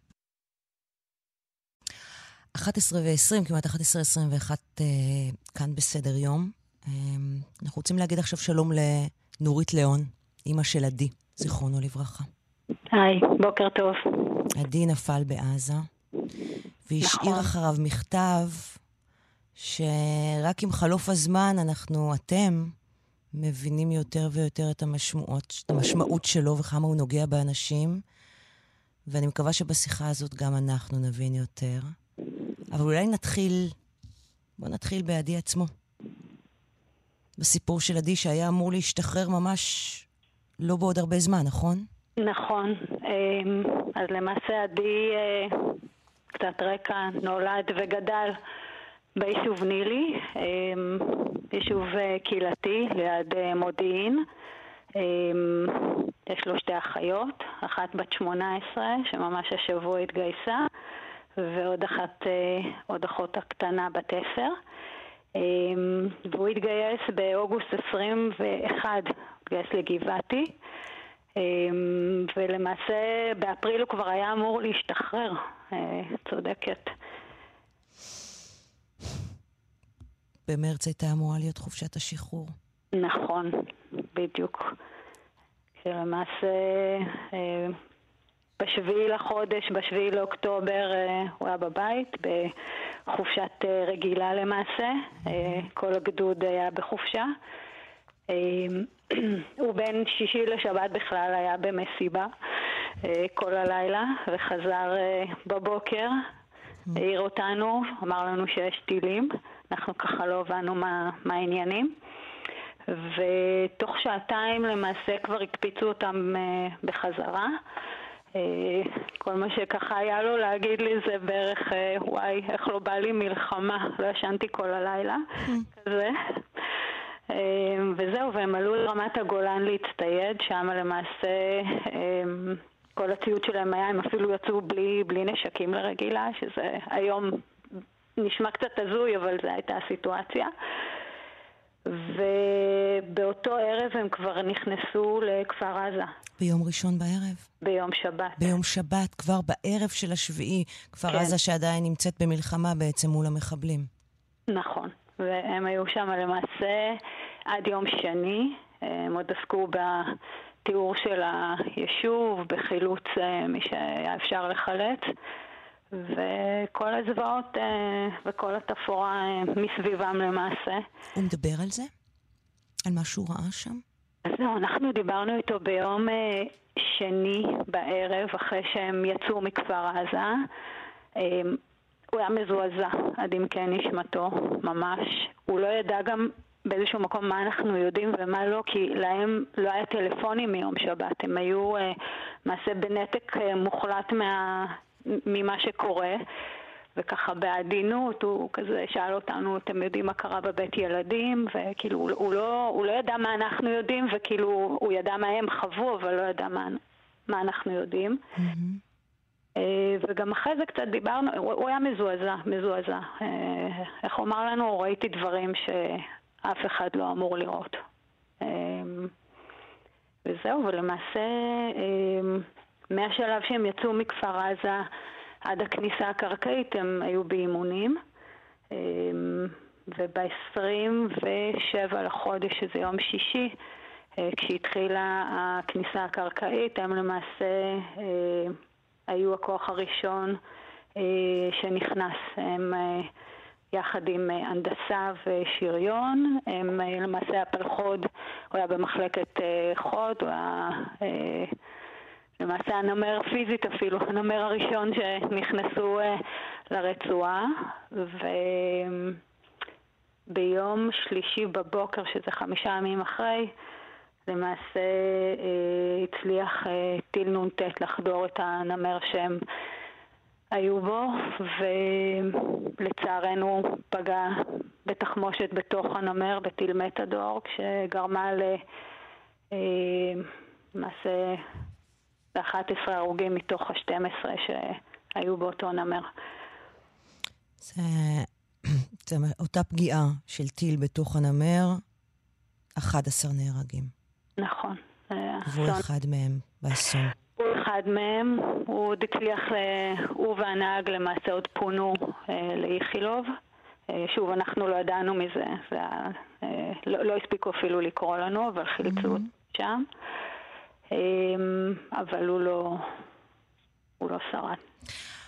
11:20, כמעט 11:21 כאן בסדר יום. אנחנו רוצים להגיד עכשיו שלום לנורית ליאון, אמא של עדי, זיכרונו לברכה. היי, בוקר טוב. עדי נפל בעזה, והשאיר אחריו מכתב שרק עם חלוף הזמן אתם מבינים יותר ויותר את המשמעות שלו וכמה הוא נוגע באנשים, ואני מקווה שבשיחה הזאת גם אנחנו נבין יותר. אבל אולי בוא נתחיל בעדי עצמו. בסיפור של עדי שהיה אמור להשתחרר ממש לא בעוד הרבה זמן, נכון? נכון. אז למעשה עדי, קצת רקע, נולד וגדל ביישוב נילי, יישוב קהילתי ליד מודיעין. יש לו 2 אחיות, אחת בת 18 שממש השבוע התגייסה, ועוד אחות הקטנה בת 10. והוא התגייס באוגוסט 21, התגייס לגבעתי, ולמעשה באפריל הוא כבר היה אמור להשתחרר. צודקת. במרץ הייתה אמורה להיות חופשת השחרור. נכון, בדיוק. שלמעשה בשביעי לחודש, בשביעי לאוקטובר הוא היה בבית, בחופשת רגילה למעשה. כל הגדוד היה בחופשה. הוא בין שישי לשבת בכלל היה במסיבה כל הלילה, וחזר בבוקר, העיר אותנו, אמר לנו שיש טילים. אנחנו ככה לא הבנו מה העניינים. ותוך 2 למעשה כבר הקפיצו אותם בחזרה. כל מה שככה היה לו להגיד לי זה בערך, וואי, איך לא בא לי מלחמה, לא ישנתי כל הלילה, כזה. וזהו, והם עלו לרמת הגולן להצטייד, שם למעשה כל הציוד שלהם היה, הם אפילו יצאו בלי נשקים לרגילה, שזה היום נשמע קצת הזוי, אבל זו הייתה הסיטואציה. ובאותו ערב הם כבר נכנסו לכפר עזה. ביום ראשון בערב? ביום שבת. ביום שבת, כבר בערב של השביעי, כפר עזה שעדיין נמצאת במלחמה בעצם מול המחבלים. נכון, והם היו שם למעשה עד יום שני, הם עוד עסקו בתיאור של היישוב, בחילוץ מי שהיה אפשר לחלץ, וכל הזוועות וכל התפאורה מסביבם למעשה. הוא מדבר על זה? על מה שהוא ראה שם? אז לא, אנחנו דיברנו איתו ביום שני בערב, אחרי שהם יצאו מכפר עזה. הוא היה מזועזע, עד אם כן נשמתו, ממש. הוא לא ידע גם באיזשהו מקום מה אנחנו יודעים ומה לא, כי להם לא היה טלפונים מיום שבת. הם היו מעשה בנתק מוחלט ממה שקורה, וככה בעדינות הוא כזה שאל אותנו, אתם יודעים מה קרה בבית ילדים? וכאילו הוא לא ידע מה אנחנו יודעים, וכאילו הוא ידע מה הם חוו, אבל לא ידע מה אנחנו יודעים. וגם אחרי זה קצת דיברנו, הוא היה מזועזע. איך הוא אמר לנו, ראיתי דברים שאף אחד לא אמור לראות. וזהו, ולמעשה מהשלב שהם יצאו מכפר עזה עד הכניסה הקרקעית הם היו באימונים, וב-27 לחודש, שזה יום שישי, כשהתחילה הכניסה הקרקעית, הם למעשה היו הכוח הראשון שנכנס. הם יחד עם הנדסה ושריון, הם למעשה הפלחוד, הוא היה במחלקת חוד, הוא היה למעשה הנמר פיזית אפילו, הנמר הראשון שנכנסו לרצועה. וביום שלישי בבוקר, שזה 5 ימים אחרי, למעשה הצליח טיל נ"ט לחדור את הנמר שהם היו בו, ולצערנו פגע בתחמושת בתוך הנמר, בטיל מתדור, כשגרמה למעשה 11 הרוגים מתוך ה-12 שהיו באותו נמר. זה אותה פגיעה של טיל בתוך הנמר, 11 נהרגים. נכון. והוא אחד מהם באסון. הוא אחד מהם, הוא עוד הצליח, הוא והנהג למעשה עוד פונו לאיכילוב. שוב, אנחנו לא ידענו מזה, לא הספיקו אפילו לקרוא לנו, אבל חילצו שם. אבל הוא לא שרד.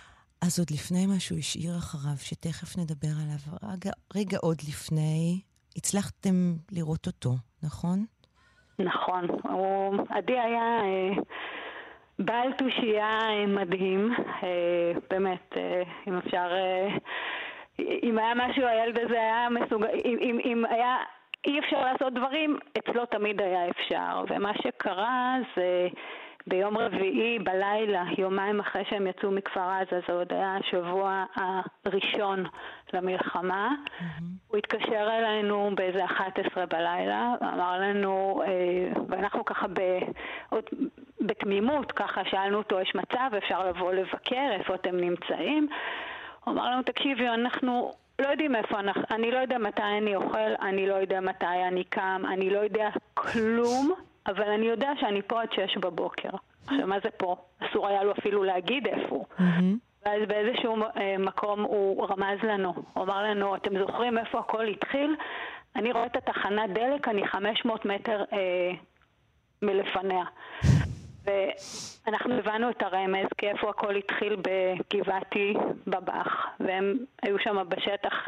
אז עוד לפני מה שהוא השאיר אחריו, שתכף נדבר עליו, רגע עוד לפני, הצלחתם לראות אותו, נכון? נכון. עדי היה בעל תושייה מדהים, באמת, אם אפשר, אם היה משהו, הילד הזה היה מסוגל, אם היה אי אפשר לעשות דברים, אצלו תמיד היה אפשר. ומה שקרה זה ביום רביעי בלילה, יומיים אחרי שהם יצאו מכפר עזה, זה עוד היה השבוע הראשון למלחמה, הוא התקשר אלינו באיזה 11 בלילה, אמר לנו, ואנחנו ככה בתמימות, ככה שאלנו אותו, יש מצב, אפשר לבוא לבקר, איפה אתם נמצאים? הוא אמר לנו, תקשיבי, אנחנו לא יודעים איפה אני לא יודע מתי אני אוכל, אני לא יודע מתי אני קם, אני לא יודע כלום, אבל אני יודע שאני פה עד 6 בבוקר. עכשיו, מה זה פה? אסור היה לו אפילו להגיד איפה הוא. ואז באיזשהו מקום הוא רמז לנו, הוא אמר לנו, אתם זוכרים איפה הכל התחיל? אני רואה את התחנת דלק, אני 500 מטר מלפניה. ואנחנו הבנו את הרמז, כי איפה הכל התחיל בגבעתי בבח, והם היו שם בשטח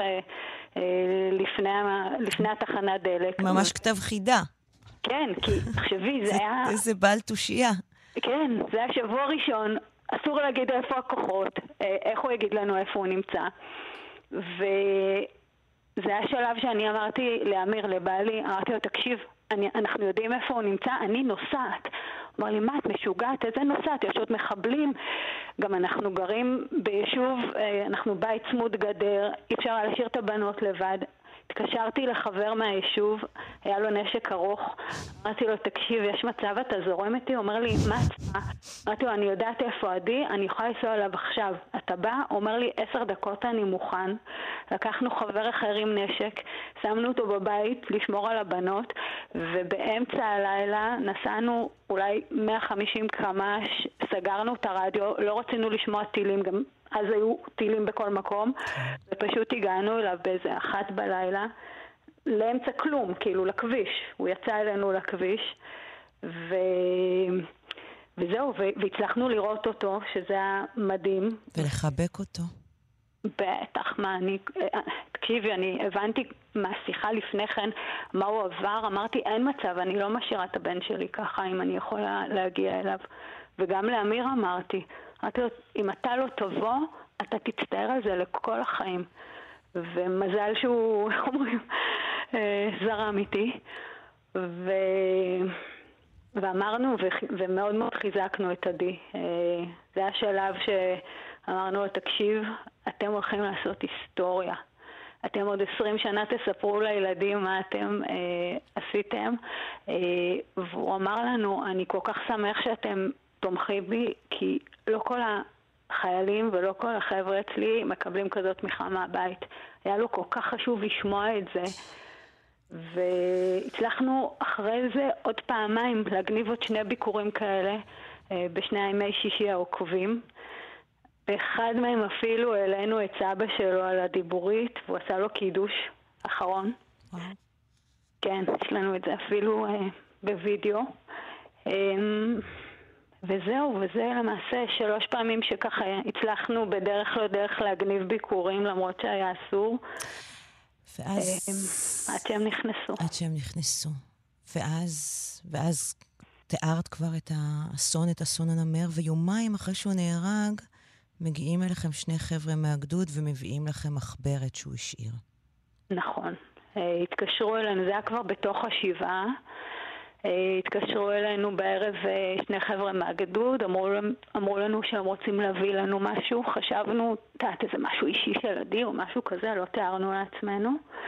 לפני התחנת דלק. ממש כתב חידה. כן, כי תחשבי, זה היה... איזה בעל תושייה. כן, זה היה שבוע ראשון, אסור להגיד איפה הכוחות, איך הוא יגיד לנו איפה הוא נמצא. וזה היה שלב שאני אמרתי לאמיר, לבעלי, אמרתי לו, תקשיב, אנחנו יודעים איפה הוא נמצא, אני נוסעת. אמר לי, מה, את משוגעת? איזה נוסעת? יש עוד מחבלים. גם אנחנו גרים ביישוב, אנחנו בית צמוד גדר, אי אפשר להשאיר את הבנות לבד. התקשרתי לחבר מהיישוב, היה לו נשק ארוך, אמרתי לו, תקשיב, יש מצב, אתה זורם איתי? הוא אומר לי, מה אתה? אמרתי לו, אני יודעת איפה עדי, אני יכולה לנסוע אליו עכשיו. אתה בא? הוא אומר לי, 10 דקות אני מוכן. לקחנו חבר אחר עם נשק, שמנו אותו בבית לשמור על הבנות, ובאמצע הלילה נסענו אולי 150 קמ"ש, סגרנו את הרדיו, לא רצינו לשמוע טילים, גם אז היו טילים בכל מקום, ופשוט הגענו אליו באיזה 1 בלילה, לאמצע כלום, כאילו לכביש. הוא יצא אלינו לכביש, וזהו, והצלחנו לראות אותו, שזה היה מדהים. ולחבק אותו. בטח, תקשיבי, אני הבנתי מהשיחה לפני כן מה הוא עבר, אמרתי, אין מצב, אני לא משאירה את הבן שלי ככה, אם אני יכולה להגיע אליו. וגם לאמיר אמרתי, אם אתה לא תבוא, אתה תצטער על זה לכל החיים. ומזל שהוא, איך אומרים, זרם איתי. ואמרנו, ומאוד מאוד חיזקנו את עדי. זה היה שלב שאמרנו לו, תקשיב, אתם הולכים לעשות היסטוריה. אתם עוד 20 שנה תספרו לילדים מה אתם עשיתם. והוא אמר לנו, אני כל כך שמח שאתם תומכים בי, כי לא כל החיילים ולא כל החבר'ה אצלי מקבלים כזאת תמיכה מהבית. היה לו כל כך חשוב לשמוע את זה. והצלחנו אחרי זה עוד פעמיים להגניב עוד 2 ביקורים כאלה בשני ימי שישי העוקבים. באחד מהם אפילו העלינו את סבא שלו על הדיבורית, והוא עשה לו קידוש אחרון. כן, יש לנו את זה אפילו בווידאו. וזהו, וזה למעשה 3 פעמים שככה הצלחנו בדרך לא דרך להגניב ביקורים, למרות שהיה אסור. ואז... עד שהם נכנסו. עד שהם נכנסו. ואז תיארת כבר את האסון, את אסון הנמר, ויומיים אחרי שהוא נהרג, מגיעים אליכם 2 חבר'ה מהגדוד ומביאים לכם מחברת שהוא השאיר. נכון. התקשרו אלינו, זה היה כבר בתוך השבעה. התקשרו אלינו בערב 2 חבר'ה מהגדוד, אמרו לנו שהם רוצים להביא לנו משהו, חשבנו, איזה משהו אישי של עדי או משהו כזה, לא תיארנו לעצמנו.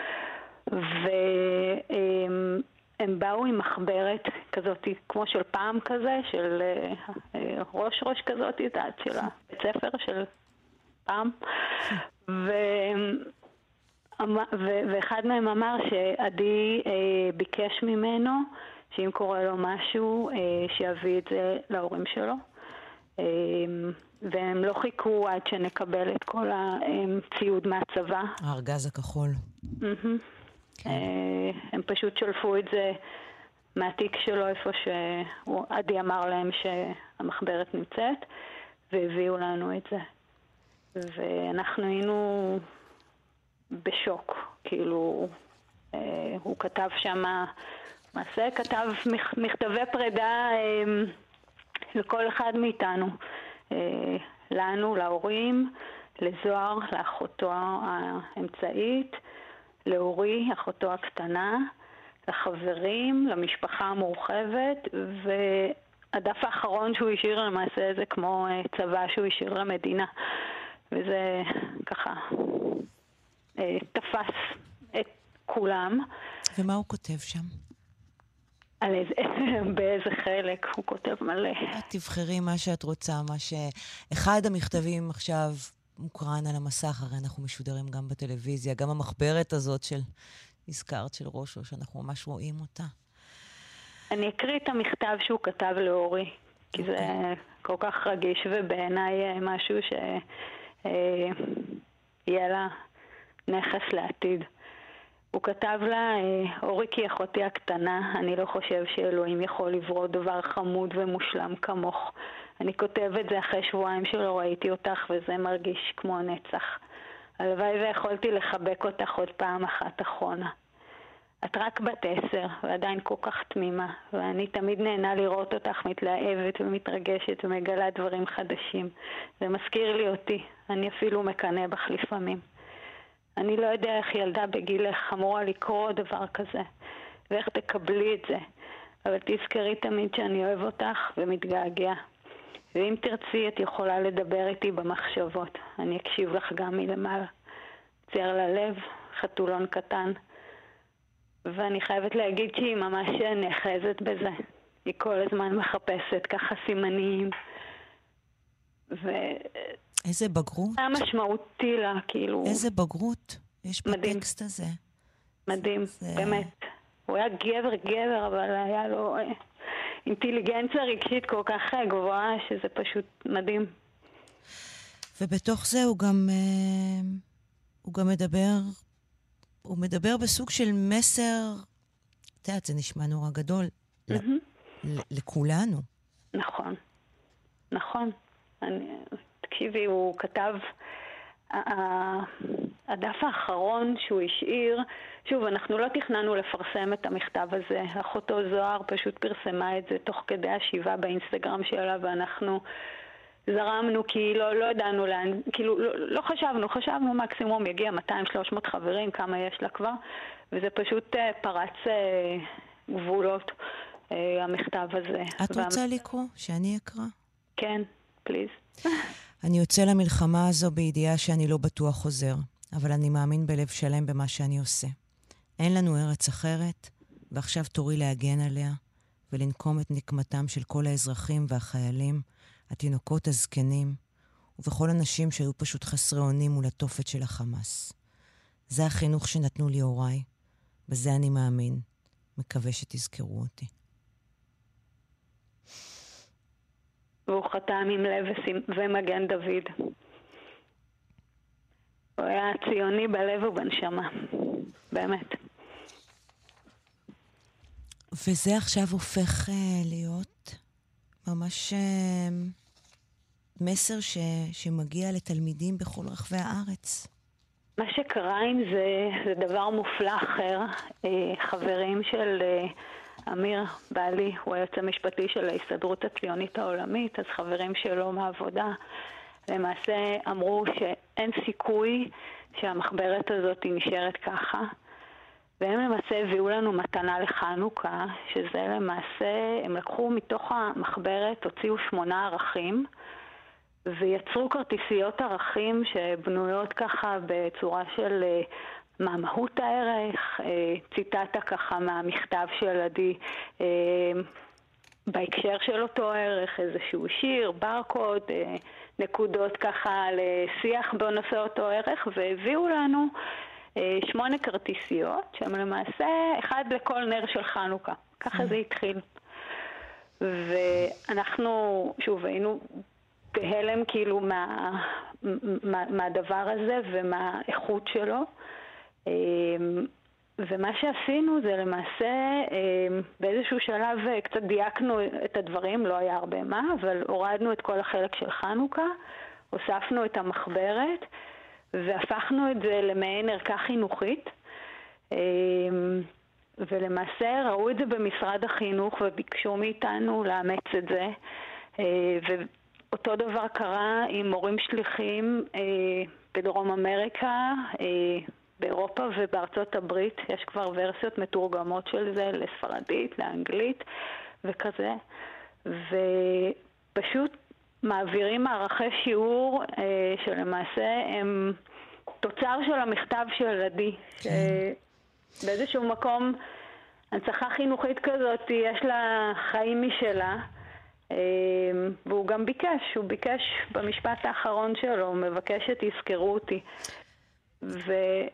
והם באו עם מחברת כזאת, כמו של פעם כזה, של ראש כזאת, של הבית ספר של פעם. ואחד מהם אמר שעדי ביקש ממנו, שאם קורה לו משהו, שיביא את זה להורים שלו. והם לא חיכו עד שנקבל את כל הציוד מהצבא. הארגז הכחול. הם פשוט שלפו את זה מהתיק שלו, איפה שעדי אמר להם שהמחברת נמצאת, והביאו לנו את זה. ואנחנו היינו בשוק, כאילו... הוא כתב שם, מעשה כתב מכתבי פרידה לכל אחד מאיתנו, לנו, להורים, לזוהר, לאחותו האמצעית, לאורי, אחותו הקטנה, לחברים, למשפחה המורחבת, והדף האחרון שהוא השאיר למעשה זה כמו צבא שהוא השאיר למדינה. וזה ככה תפס את כולם. ומה הוא כותב שם? על באיזה חלק הוא כותב מלא. תבחרי מה שאת רוצה, אחד המכתבים עכשיו מוקרן על המסך, הרי אנחנו משודרים גם בטלוויזיה, גם המחברת הזאת הזכרת של ראשו, שאנחנו ממש רואים אותה. אני אקריא את המכתב שהוא כתב לאורי, כי זה כל כך רגיש, ובעיניי משהו יהיה לה נכס לעתיד. הוא כתב לה, אורי כי אחותי הקטנה, אני לא חושב שאלוהים יכול לברוא דבר חמוד ומושלם כמוך. אני כותב את זה אחרי שבועיים שלא ראיתי אותך, וזה מרגיש כמו נצח. הלוואי ויכולתי לחבק אותך עוד פעם אחת אחרונה. את רק בת 10, ועדיין כל כך תמימה, ואני תמיד נהנה לראות אותך מתלהבת ומתרגשת ומגלה דברים חדשים. זה מזכיר לי אותי, אני אפילו מקנא בך לפעמים. אני לא יודע איך ילדה בגילך אמורה לקרוא דבר כזה, ואיך תקבלי את זה, אבל תזכרי תמיד שאני אוהב אותך ומתגעגע. ואם תרצי, את יכולה לדבר איתי במחשבות. אני אקשיב לך גם מלמעלה. צייר ללב, חתולון קטן. ואני חייבת להגיד שהיא ממש נחזת בזה. היא כל הזמן מחפשת ככה סימנים. איזה בגרות. היה משמעותי לה, כאילו. איזה בגרות יש בטקסט הזה. מדהים, באמת. הוא היה גבר, אבל היה לו אינטליגנציה רגשית כל כך גבוהה, שזה פשוט מדהים. ובתוך זה הוא גם מדבר בסוג של מסר, את יודעת, זה נשמע נורא גדול, לכולנו. נכון. תקשיבי, הוא כתב, הדף האחרון שהוא השאיר, שוב, אנחנו לא תכננו לפרסם את המכתב הזה, אחותו זוהר פשוט פרסמה את זה תוך כדי השבעה באינסטגרם שלה, ואנחנו זרמנו כי לא ידענו לאן, כאילו לא חשבנו מקסימום יגיע 200-300 חברים, כמה יש לה כבר, וזה פשוט פרץ גבולות, המכתב הזה. את רוצה לקרוא? שאני אקרא? כן, פליז. אני יוצא למלחמה הזו בידיעה שאני לא בטוח חוזר, אבל אני מאמין בלב שלם במה שאני עושה. אין לנו ארץ אחרת, ועכשיו תורי להגן עליה, ולנקום את נקמתם של כל האזרחים והחיילים, התינוקות הזקנים, ובכל אנשים שהיו פשוט חסרי אונים מול התופת של החמאס. זה החינוך שנתנו לי הוריי, בזה אני מאמין. מקווה שתזכרו אותי. והוא חתם עם לב ומגן דוד. הוא היה ציוני בלב ובנשמה. באמת. וזה עכשיו הופך להיות ממש מסר שמגיע לתלמידים בכל רחבי הארץ. מה שקרה עם זה דבר מופלא אחר. חברים של אמיר בעלי, הוא היועץ המשפטי של ההסתדרות הציונית העולמית, אז חברים שלו מהעבודה למעשה אמרו שאין סיכוי שהמחברת הזאת נשארת ככה, והם למעשה הביאו לנו מתנה לחנוכה, שזה למעשה, הם לקחו מתוך המחברת, הוציאו 8 ערכים, ויצרו כרטיסיות ערכים שבנויות ככה בצורה של מה מהות הערך, ציטטה ככה מהמכתב של עדי בהקשר של אותו ערך, איזשהו שיר, ברקוד, נקודות ככה לשיח בנושא אותו ערך, והביאו לנו 8 כרטיסיות, שהן למעשה אחד לכל נר של חנוכה. ככה זה התחיל. ואנחנו, שוב, היינו בהלם כאילו מהדבר הזה ומהאיכות שלו. ומה שעשינו זה למעשה באיזשהו שלב קצת דייקנו את הדברים, לא היה הרבה מה, אבל הורדנו את כל החלק של חנוכה, הוספנו את המחברת והפכנו את זה למעין ערכה חינוכית ולמעשה ראו את זה במשרד החינוך וביקשו מאיתנו לאמץ את זה. ואותו דבר קרה עם מורים שליחים בדרום אמריקה, באירופה ובארצות הברית. יש כבר ורסיות מתורגמות של זה לספרדית, לאנגלית וכזה. ופשוט מעבירים מערכי שיעור שלמעשה הם תוצר של המכתב של עדי. באיזשהו מקום הנצחה חינוכית כזאת יש לה חיים משלה, והוא גם הוא ביקש במשפט האחרון שלו, הוא מבקש שתזכרו אותי. וזה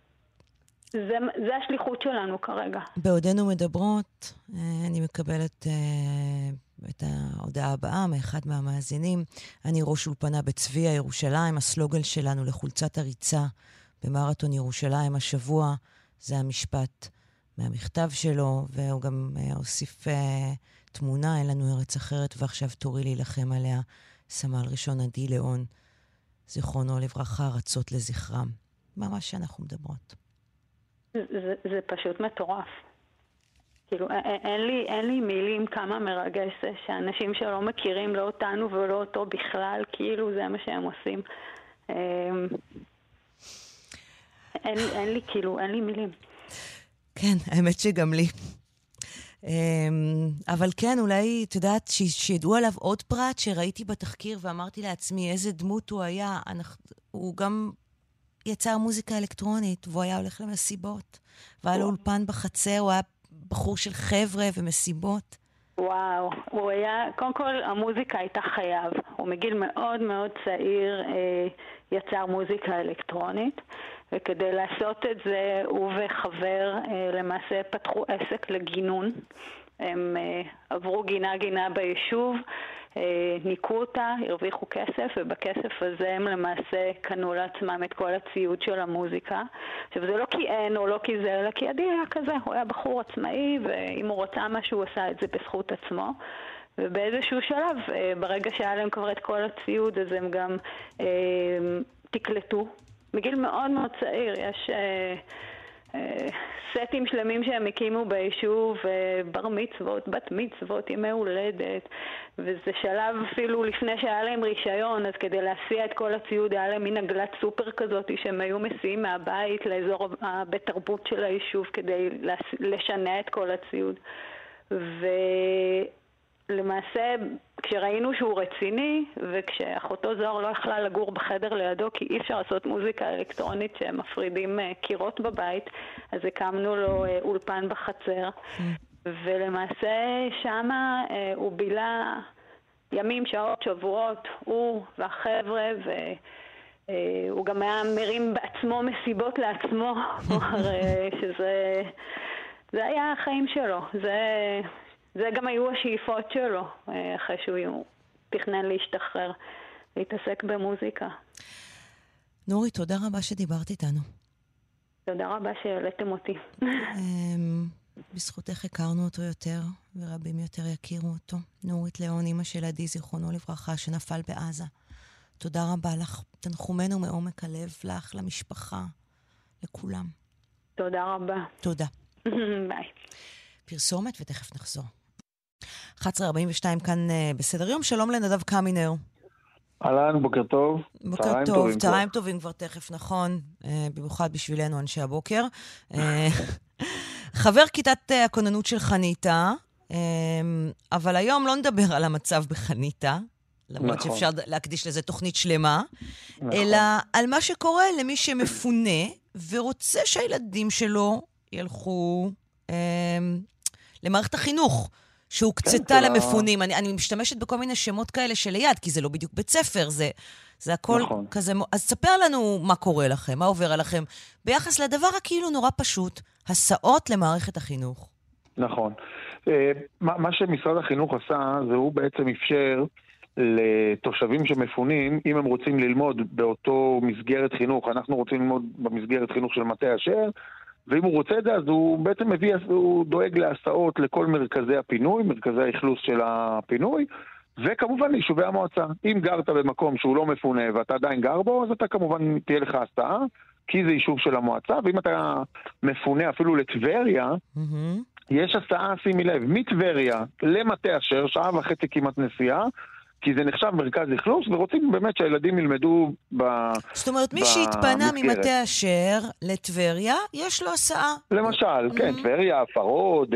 השליחות שלנו כרגע. בעודנו מדברות, אני מקבלת את ההודעה הבאה מאחד מהמאזינים. אני ראש אולפנה בצביה ירושלים, הסלוגן שלנו לחולצת הריצה במרתון ירושלים השבוע, זה המשפט מהמכתב שלו, והוא גם הוסיף תמונה, אין לנו ארץ אחרת, ועכשיו תורי להילחם עליה, סמל ראשון עדי ליאון, זיכרונו לברכה, רצות לזכרם. ממש שאנחנו מדברות. זה פשוט מטורף. כאילו, אין לי מילים כמה מרגש זה, שאנשים שלא מכירים לא אותנו ולא אותו בכלל, כאילו זה מה שהם עושים. אין לי מילים. כן, האמת שגם לי. אבל כן, אולי, את יודעת, שידעו עליו עוד פרט שראיתי בתחקיר ואמרתי לעצמי איזה דמות הוא היה. הוא גם יצר מוזיקה אלקטרונית, והוא היה הולך למסיבות. והיה לו אולפן בחצר, הוא היה בחור של חבר'ה ומסיבות. וואו, הוא היה, קודם כל המוזיקה הייתה חייו. הוא מגיל מאוד מאוד צעיר יצר מוזיקה אלקטרונית. וכדי לעשות את זה, הוא וחבר למעשה פתחו עסק לגינון. הם עברו גינה ביישוב, ניקו אותה, הרוויחו כסף, ובכסף הזה הם למעשה קנו לעצמם את כל הציוד של המוזיקה. עכשיו, זה לא כי אין או לא כי זה, אלא כי עדי היה כזה. הוא היה בחור עצמאי, ואם הוא רוצה משהו, הוא עשה את זה בזכות עצמו. ובאיזשהו שלב, ברגע שהיה להם כבר את כל הציוד, אז הם גם תקלטו. בגיל מאוד מאוד צעיר, יש סטים שלמים שהם הקימו ביישוב, בר מצוות, בת מצוות, ימי הולדת, וזה שלב אפילו לפני שהיה להם רישיון, אז כדי להסיע את כל הציוד היה להם מין עגלת סופר כזאת שהם היו מסיעים מהבית לאזור הבית תרבות של היישוב כדי לשנע את כל הציוד. למעשה, כשראינו שהוא רציני, וכשאחותו זוהר לא יכלה לגור בחדר לידו, כי אי אפשר לעשות מוזיקה אלקטרונית שמפרידים קירות בבית, אז הקמנו לו אולפן בחצר. ולמעשה שמה הוא בילה ימים, שעות, שבועות, הוא והחבר'ה, והוא גם היה מרים בעצמו מסיבות לעצמו, שזה היה החיים שלו. זה גם היו השאיפות שלו, אחרי שהוא תכנן להשתחרר, להתעסק במוזיקה. נורי, תודה רבה שדיברת איתנו. תודה רבה שהעליתם אותי. בזכותך הכרנו אותו יותר, ורבים יותר יכירו אותו. נורית ליאון, אמא של עדי, זיכרונו לברכה, שנפל בעזה. תודה רבה לך. תנחומנו מעומק הלב לך, למשפחה, לכולם. תודה רבה. תודה. ביי. פרסומת ותכף נחזור. 11:42 כאן בסדר יום. שלום לנדב קמינר. אהלן, בוקר טוב. בוקר טוב, צהריים טובים כבר תכף, נכון. במיוחד בשבילנו, אנשי הבוקר. חבר כיתת הכוננות של חניתה, אבל היום לא נדבר על המצב בחניתה, למרות שאפשר להקדיש לזה תוכנית שלמה, אלא על מה שקורה למי שמפונה ורוצה שהילדים שלו ילכו למערכת החינוך, שהוקצתה למפונים. אני משתמשת בכל מיני שמות כאלה שליד, כי זה לא בדיוק בית ספר, זה הכל כזה. אז ספר לנו מה קורה לכם, מה עובר עליכם, ביחס לדבר הכאילו נורא פשוט, הסעות למערכת החינוך. נכון. מה שמשרד החינוך עשה, זה הוא בעצם אפשר לתושבים שמפונים, אם הם רוצים ללמוד באותו מסגרת חינוך, אנחנו רוצים ללמוד במסגרת חינוך של מטה אשר, ואם הוא רוצה את זה, אז הוא בעצם הוא דואג להסעות לכל מרכזי הפינוי, מרכזי האכלוס של הפינוי, וכמובן ליישובי המועצה. אם גרת במקום שהוא לא מפונה ואתה עדיין גר בו, אז אתה כמובן תהיה לך הסעה, כי זה יישוב של המועצה, ואם אתה מפונה אפילו לטבריה, יש הסעה, שימי לב, מטבריה למטה אשר, 1.5 שעה כמעט נסיעה, כי זה נחשב מרכז אכלוס, ורוצים באמת שהילדים ילמדו זאת אומרת, מי שהתפנה ממטה אשר לטבריה, יש לו הסעה. למשל, כן, טבריה, פרוד,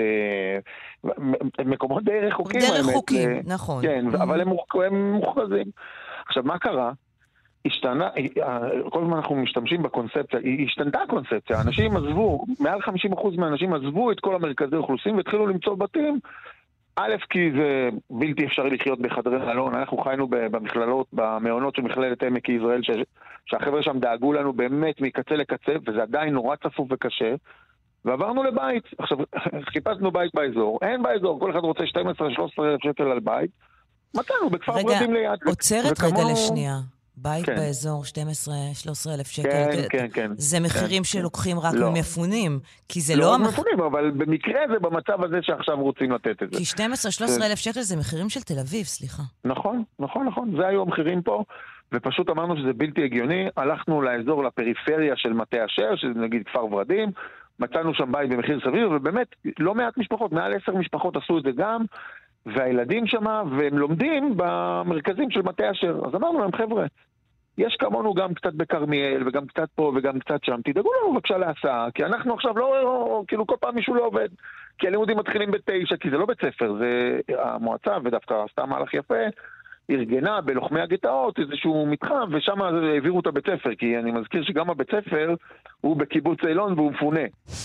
מקומות די רחוקים. די רחוקים, נכון. כן, אבל הם מוכרזים. עכשיו, מה קרה? השתנה, כל הזמן אנחנו משתמשים בקונספציה, השתנתה הקונספציה, אנשים עזבו, מעל 50% מהאנשים עזבו את כל המרכזי אוכלוסין והתחילו למצוא בתים, א', כי זה בלתי אפשרי לחיות בחדרי מלון, אנחנו חיינו במכללות, במעונות של מכללת עמק יזרעאל, שהחבר'ה שם דאגו לנו באמת מקצה לקצה, וזה עדיין נורא צפוף וקשה, ועברנו לבית. עכשיו, חיפשנו בית באזור, אין באזור, כל אחד רוצה 12-13 אלף שקל על בית, מצאנו בכפר ורדים ליד. רגע, עוצרת רגע לשנייה. בית באזור 12-13 אלף שקל. כן. זה מחירים שלוקחים רק ממפונים, כי זה לא מפונים, אבל במקרה זה במצב הזה שעכשיו רוצים לתת את זה. כי 12-13 אלף שקל זה מחירים של תל אביב, סליחה. נכון. זה היו המחירים פה, ופשוט אמרנו שזה בלתי הגיוני. הלכנו לאזור, לפריפריה של מטה אשר, שזה נגיד כפר ורדים, מצאנו שם בית במחיר סביר, ובאמת לא מעט משפחות, מעל 10 משפחות עשו את זה גם, והילדים שמה, והם לומדים במרכזים של מטה אשר. אז אמרנו להם, חבר'ה, יש כמונו גם קצת בקרמיאל, וגם קצת פה וגם קצת שם. תדאגו לנו בבקשה להסעה, כי אנחנו עכשיו לא, כאילו כל פעם מישהו לא עובד. כי הלימודים מתחילים ב9, כי זה לא בית ספר, זה המועצה, ודווקא עשתה מהלך יפה, ארגנה בלוחמי הגטאות איזשהו מתחם, ושם העבירו את הבית ספר, כי אני מזכיר שגם הבית ספר הוא בקיבוץ אילון והוא מפונה.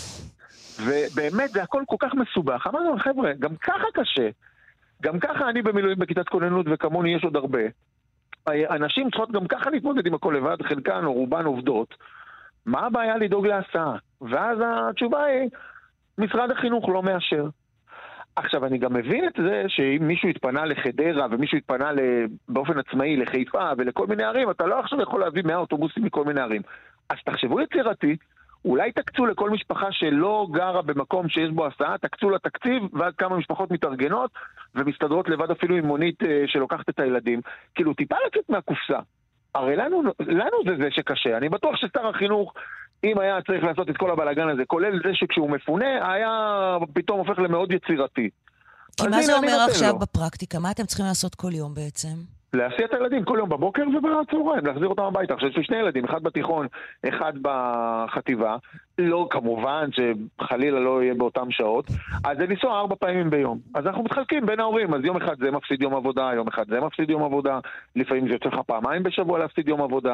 ובאמת זה הכל כל כך מסובך. אמרנו, חבר'ה, גם ככה קשה. גם ככה אני במילואים בכיתת כוננות, וכמוני יש עוד הרבה. אנשים צריכות גם ככה להתמודד עם הכל לבד, חלקן או רובן עובדות. מה הבעיה לדאוג להסעה? ואז התשובה היא, משרד החינוך לא מאשר. עכשיו, אני גם מבין את זה שאם מישהו התפנה לחדרה, ומישהו התפנה באופן עצמאי לחיפה ולכל מיני ערים, אתה לא עכשיו יכול להביא 100 אוטובוסים מכל מיני ערים. אז תחשבו יצירתי, אולי תקצו לכל משפחה שלא גרה במקום שיש בו הסעה, תקצו לתקציב, ואז כמה משפחות מתארגנות ומסתדרות לבד אפילו עם מונית שלוקחת את הילדים. כאילו, טיפה לצאת מהקופסה. הרי לנו זה שקשה. אני בטוח ששר החינוך, אם היה צריך לעשות את כל הבלגן הזה, כולל זה שכשהוא מפונה, היה פתאום הופך למאוד יצירתי. כי מה זה אומר עכשיו בפרקטיקה? מה אתם צריכים לעשות כל יום בעצם? להסיע את הילדים כל יום בבוקר ובצהריים, להחזיר אותם הביתה. עכשיו יש לי 2 ילדים, אחד בתיכון, אחד בחטיבה, לא, כמובן שחלילה לא יהיה באותם שעות, אז זה לנסוע 4 פעמים ביום. אז אנחנו מתחלקים בין ההורים, אז יום אחד זה מפסיד יום עבודה, יום אחד זה מפסיד יום עבודה, לפעמים זה יוצא לך 2 פעמים בשבוע להפסיד יום עבודה.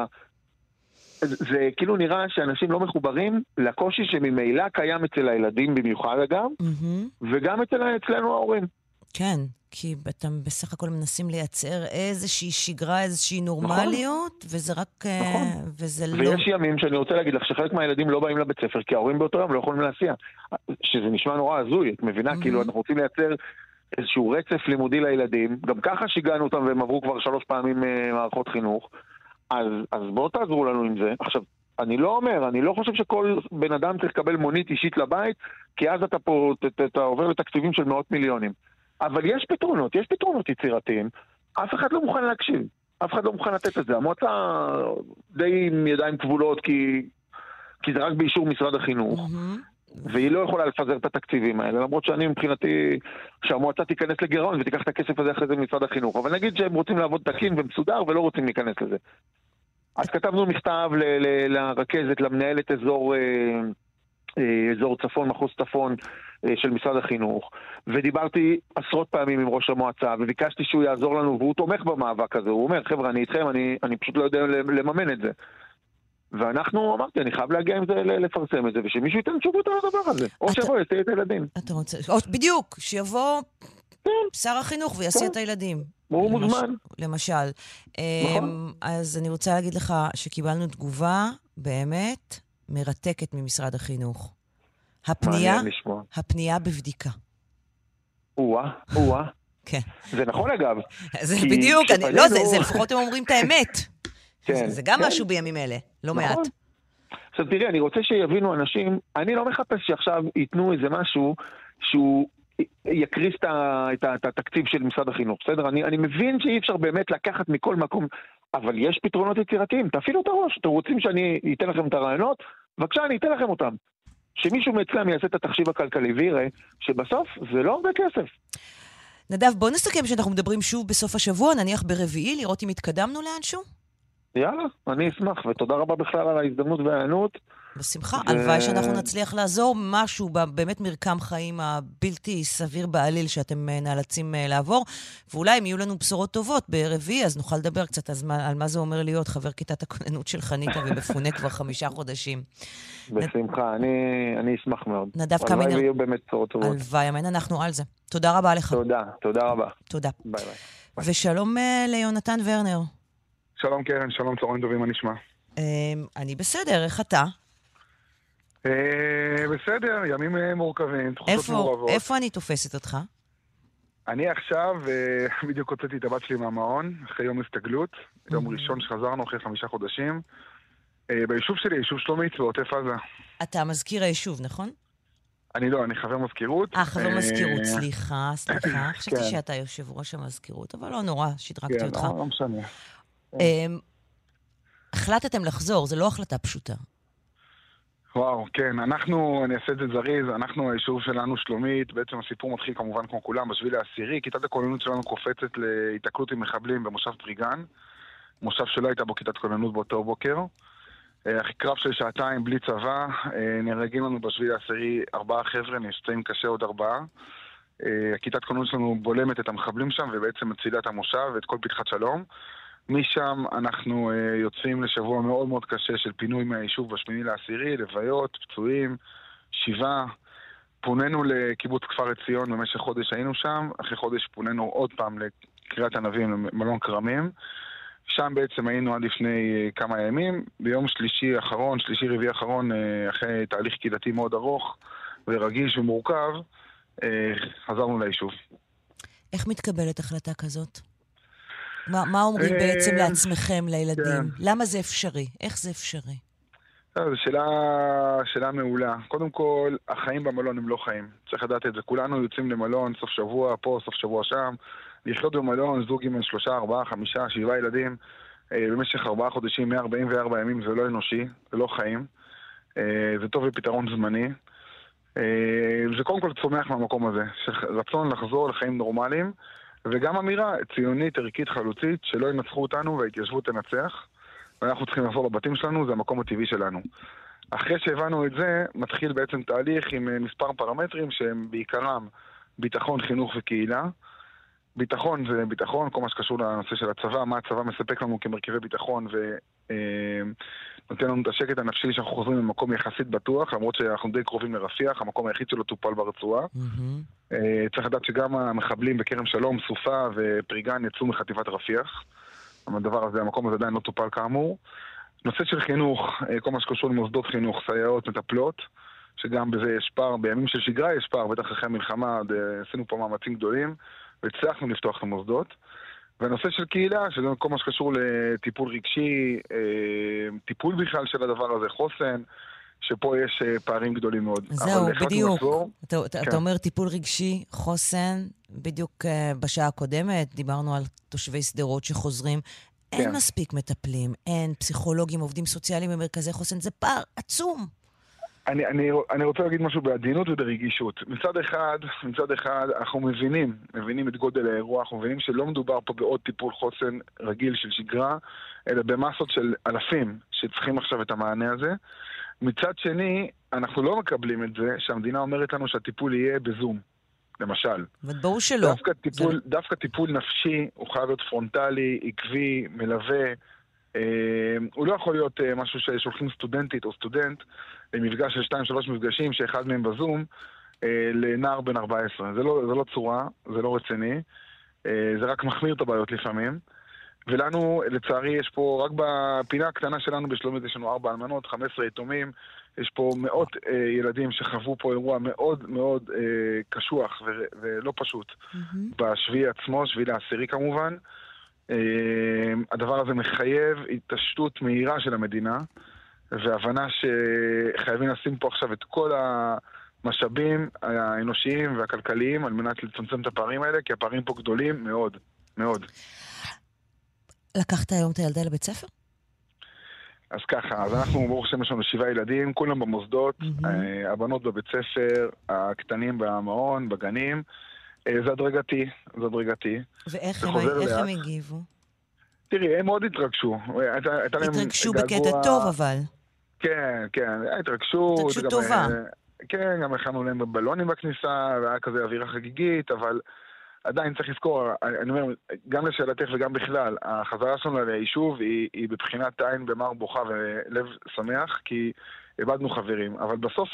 זה כאילו נראה שאנשים לא מחוברים לקושי שממילא קיים אצל הילדים במיוחד אגב, וגם אצלנו ההורים. כן, כי אתם בסך הכל מנסים לייצר איזושהי שגרה, איזושהי נורמליות, וזה רק... וזה לא... ויש ימים שאני רוצה להגיד לך שחלק מהילדים לא באים לבית ספר, כי ההורים באותו יום לא יכולים להסיע. שזה נשמע נורא הזוי, את מבינה? כאילו אנחנו רוצים לייצר איזשהו רצף לימודי לילדים, גם ככה שיגענו אותם והם עברו כבר 3 פעמים מערכות חינוך, אז בואו תעזרו לנו עם זה. עכשיו, אני לא חושב שכל בן אדם צריך לקבל מונית אישית לבית, כי אז אתה פה, אתה עובר לתקציבים של 100 מיליונים. אבל יש פתרונות יצירתיים. אף אחד לא מוכן להקשיב. אף אחד לא מוכן לתת את זה. המועצה די עם ידיים כבולות, כי זה רק באישור משרד החינוך. והיא לא יכולה לפזר את התקציבים האלה, למרות שאני מבחינתי שהמועצה תיכנס לגירעון ותיקח את הכסף הזה אחרי זה ממשרד החינוך. אבל נגיד שהם רוצים לעבוד תקין ומסודר ולא רוצים להיכנס לזה. אז כתבנו מכתב לרכזת, למנהלת אזור צפון, מחוז צפון של משרד החינוך, ודיברתי עשרות פעמים עם ראש המועצה, וביקשתי שהוא יעזור לנו, והוא תומך במאבק הזה. הוא אומר, חבר'ה, אני איתכם, אני פשוט לא יודע לממן את זה. ואנחנו, אמרתי, אני חייב להגיע עם זה, לפרסם את זה, ושמישהו ייתן תשובות על הדבר הזה. או שיבוא, יעשה את הילדים. אתה רוצה, בדיוק, שיבוא שר החינוך ויעשה את הילדים. הוא מוזמן. למשל. אז אני רוצה להגיד לך שקיבלנו תגובה באמת מרתקת ממשרד החינוך. הפנייה בבדיקה. כן. זה נכון אגב. זה בדיוק, לא, זה לפחות הם אומרים את האמת. זה גם משהו בימים אלה, לא מעט. עכשיו תראי, אני רוצה שיבינו אנשים, אני לא מחפש שעכשיו ייתנו איזה משהו שהוא יקריס את התקציב של משרד החינוך, בסדר? אני מבין שאי אפשר באמת לקחת מכל מקום, אבל יש פתרונות יצירתיים, תפעילו את הראש, אתם רוצים שאני אתן לכם את הרעיונות? בבקשה, אני אתן לכם אותם. שמישהו מאצלם יעשה את התחשיב הכלכלי ויראה שבסוף זה לא הרבה כסף. נדב, בוא נסכם שאנחנו מדברים שוב בסוף השבוע, נניח ברביעי, לראות אם התקדמנו לאנשהו? יאללה, אני אשמח, ותודה רבה בכלל על ההזדמנות והענות. בשמחה, הלוואי שאנחנו נצליח לעזור משהו באמת מרקם חיים הבלתי סביר בעליל שאתם נאלצים לעבור, ואולי אם יהיו לנו בשורות טובות ברביעי, אז נוכל לדבר קצת על מה זה אומר להיות חבר כיתת הכוננות של חניתה ומפונה כבר 5 חודשים. בשמחה, אני אשמח מאוד. נדב קמינר. הלוואי ויהיו באמת בשורות טובות. הלוואי, אמן, אנחנו על זה. תודה רבה לך. תודה רבה. תודה. ביי ביי. ושלום ליונתן ורנר. שלום קרן, שלום, צהריים טובים, מה נשמע? אני בסדר, איך אתה? בסדר, ימים מורכבים, תחושות מעורבות. איפה אני תופסת אותך? אני עכשיו בדיוק הוצאתי את הבת שלי מהמעון, אחרי יום הסתגלות, יום ראשון שחזרנו אחרי 5 חודשים, ביישוב שלי, יישוב שלומית בעוטף עזה. אתה מזכיר היישוב, נכון? אני לא, אני חבר מזכירות. חבר מזכירות, סליחה. חשבתי שאתה יושב ראש המזכירות, אבל לא נורא, שדרגתי אותך. כן, לא משנה. החלטתם לחזור, זה לא החלטה פשוטה. וואו, כן, אני אעשה את זה זריז, אנחנו, היישוב שלנו שלומית, בעצם הסיפור מתחיל כמובן כמו כולם, בשביל העשירי, כיתת הכוננות שלנו קופצת להתקלות עם מחבלים במושב פריגן, מושב שלא הייתה בו כיתת כוננות באותו בוקר, אחרי קרב של 2 שעתיים בלי צבא, נהרגים לנו בשביל העשירי 4 חבר'ה, נפצעים קשה עוד 4, הכיתת כוננות שלנו בולמת את המחבלים שם, ובעצם מצילה את המושב ואת כל פתחת שלום, משם אנחנו יוצאים לשבוע מאוד מאוד קשה של פינוי מהיישוב ב8/10, לוויות, פצועים, 7. פוננו לקיבוץ כפר עציון במשך חודש היינו שם, אחרי חודש פוננו עוד פעם לקריית ענבים, למלון כרמים. שם בעצם היינו עד לפני כמה ימים. ביום שלישי רביעי האחרון, אחרי תהליך קהילתי מאוד ארוך ורגיש ומורכב, חזרנו ליישוב. איך מתקבלת החלטה כזאת? מה אומרים בעצם לעצמכם, לילדים? למה זה אפשרי? איך זה אפשרי? זו שאלה מעולה. קודם כל, החיים במלון הם לא חיים. צריך לדעת את זה. כולנו יוצאים למלון, סוף שבוע פה, סוף שבוע שם. לחיות במלון, זוג עם 3, 4, 5, 7 ילדים, במשך 4 חודשים, 144 ימים, זה לא אנושי, זה לא חיים. זה טוב לפתרון זמני. זה קודם כל צומח מהמקום הזה, שרצון לחזור לחיים נורמליים, וגם אמירה ציונית, ערכית, חלוצית, שלא ינצחו אותנו וההתיישבות תנצח, ואנחנו צריכים לחזור לבתים שלנו, זה המקום הטבעי שלנו. אחרי שהבנו את זה, מתחיל בעצם תהליך עם מספר פרמטרים שהם בעיקרם ביטחון, חינוך וקהילה. ביטחון זה ביטחון, כל מה שקשור לנושא של הצבא, מה הצבא מספק לנו כמרכיבי ביטחון ונותן לנו את השקט הנפשי שאנחנו חוזרים למקום יחסית בטוח, למרות שאנחנו די קרובים לרפיח, המקום היחיד שלו טופל ברצועה. צריך לדעת שגם המחבלים בכרם שלום, סופה ופריגן יצאו מחטיבת רפיח. הדבר הזה, המקום הזה עדיין לא טופל כאמור. נושא של חינוך, כל מה שקשור למוסדות חינוך, סייעות, מטפלות, שגם בזה יש פער, בימים של שגרה יש פער, בטח אחרי המלחמה, עשינו פה מאמצים גדולים, והצלחנו לפתוח את המוסדות. והנושא של קהילה, שזה כל מה שקשור לטיפול רגשי, טיפול בכלל של הדבר הזה, חוסן, שפה יש פערים גדולים מאוד. זהו, בדיוק. אתה אומר טיפול רגשי, חוסן, בדיוק בשעה הקודמת, דיברנו על תושבי סדרות שחוזרים. אין מספיק מטפלים, אין פסיכולוגים, עובדים סוציאליים במרכזי חוסן, זה פער עצום. אני רוצה להגיד משהו בעדינות וברגישות. מצד אחד אנחנו מבינים את גודל האירוע, אנחנו מבינים שלא מדובר פה בעוד טיפול חוסן רגיל של שגרה, אלא במסות של אלפים שצריכים עכשיו את המענה הזה. מצד שני, אנחנו לא מקבלים את זה שהמדינה אומרת לנו שהטיפול יהיה בזום, למשל. וברור שלא. דווקא טיפול נפשי הוא חייב להיות פרונטלי, עקבי, מלווה. הוא לא יכול להיות משהו ששולחים סטודנטית או סטודנט למפגש של 2-3 מפגשים שאחד מהם בזום לנער בן 14. זה לא צורה, זה לא רציני, זה רק מחמיר את הבעיות לפעמים. ולנו, לצערי, יש פה, רק בפינה הקטנה שלנו בשלומית, יש לנו 4 אלמנות, 15 יתומים, יש פה מאות ילדים שחוו פה אירוע מאוד מאוד קשוח ולא פשוט. בשביעי עצמו, 7/10 כמובן. הדבר הזה מחייב התעשתות מהירה של המדינה, והבנה שחייבים לשים פה עכשיו את כל המשאבים האנושיים והכלכליים על מנת לצמצם את הפערים האלה, כי הפערים פה גדולים מאוד, מאוד. לקחת היום את הילדה לבית ספר? אז ככה, אז אנחנו ברוך השם יש לנו 7 ילדים, כולם במוסדות, הבנות בבית ספר, הקטנים במעון, בגנים, זה הדרגתי. ואיך הם הגיבו? תראי, הם מאוד התרגשו. התרגשו בקטע טוב אבל. כן, התרגשות טובה. כן, גם הכנו להם בלונים בכניסה, והיה כזה אווירה חגיגית, אבל עדיין צריך לזכור, אני אומר, גם לשאלתך וגם בכלל, החזרה שלנו ליישוב היא בבחינת עין במר בוכה ולב שמח, כי איבדנו חברים. אבל בסוף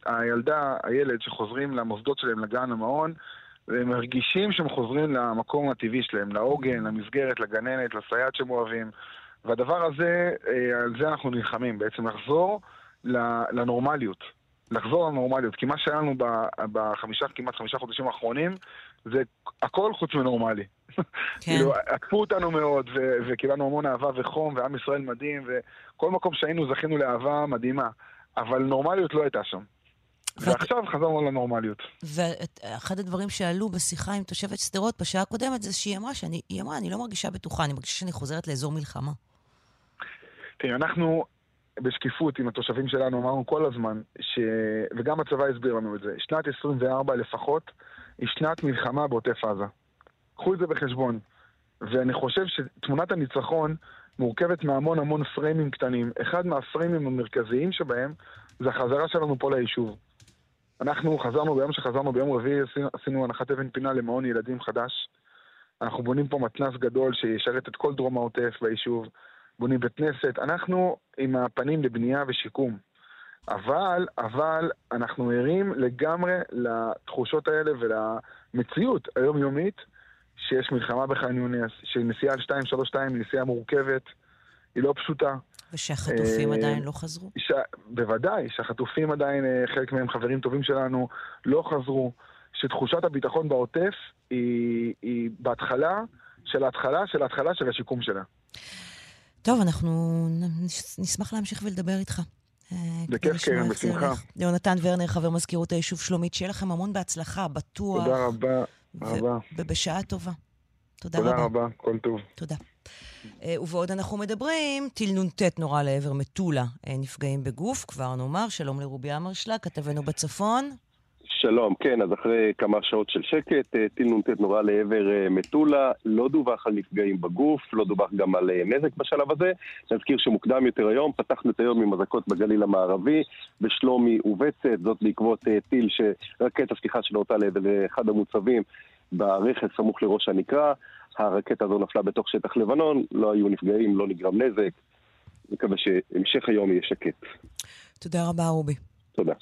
הילד שחוזרים למוסדות שלהם, לגן, למעון, הם מרגישים שהם חוזרים למקום הטבעי שלהם, לעוגן, למסגרת, לגננת, לסייעת שהם אוהבים. והדבר הזה, על זה אנחנו נלחמים, בעצם לחזור לנורמליות. כי מה שהיה לנו כמעט 5 חודשים האחרונים, זה הכל חוץ מנורמלי. כאילו, עקפו אותנו מאוד, וקיבלנו המון אהבה וחום, ועם ישראל מדהים, וכל מקום שהיינו זכינו לאהבה מדהימה. אבל נורמליות לא הייתה שם. ועכשיו חזרנו לנורמליות. ואחד הדברים שעלו בשיחה עם תושבת שדרות בשעה הקודמת, זה שהיא אמרה אני לא מרגישה בטוחה, אני מרגישה שאני חוזרת לאזור מלחמה. תראי, אנחנו בשקיפות עם התושבים שלנו אמרנו כל הזמן, וגם הצבא הסביר לנו את זה, שנת 24 לפחות היא שנת מלחמה בעוטף עזה. קחו את זה בחשבון. ואני חושב שתמונת הניצחון מורכבת מהמון פריימים קטנים. אחד מהפריימים המרכזיים שבהם זה החזרה שלנו פה ליישוב. אנחנו חזרנו ביום רביעי, עשינו הנחת אבן פינה למעון ילדים חדש. אנחנו בונים פה מתנ"ס גדול שישרת את כל דרום העוטף ביישוב. בונים בית כנסת. אנחנו עם הפנים לבנייה ושיקום. אבל אנחנו ערים לגמרי לתחושות האלה ולמציאות היומיומית שיש מלחמה בח'אן יונס, שנסיעה על 232 היא נסיעה מורכבת, היא לא פשוטה. ושהחטופים עדיין לא חזרו? בוודאי, שהחטופים עדיין, חלק מהם חברים טובים שלנו, לא חזרו. שתחושת הביטחון בעוטף היא בהתחלה של השיקום שלה. טוב, אנחנו נשמח להמשיך ולדבר איתך. בכיף קרן, בשמחה. יונתן ורנר, חבר מזכירות היישוב שלומית, שיהיה לכם המון בהצלחה, בטוח. תודה רבה. ובשעה טובה. תודה רבה, כל טוב. תודה. ובעוד אנחנו מדברים, טיל נ"ט נורא לעבר מטולה, נפגעים בגוף, כבר נאמר, שלום לרובי אמרשלג, כתבנו בצפון. שלום, כן, אז אחרי כמה שעות של שקט, טיל נ"ט נורא לעבר מטולה, לא דווח על נפגעים בגוף, לא דווח גם על נזק בשלב הזה. נזכיר שמוקדם יותר היום, פתחנו את היום עם אזעקות בגליל המערבי, בשלומי ובצת, זאת בעקבות טיל שרקטה שלו אותה לעבר אחד המוצבים ברכס סמוך לראש הנקרה. הרקטה הזו נפלה בתוך שטח לבנון, לא היו נפגעים, לא נגרם נזק. מקווה שהמשך היום יהיה שקט. תודה רבה, רובי. תודה.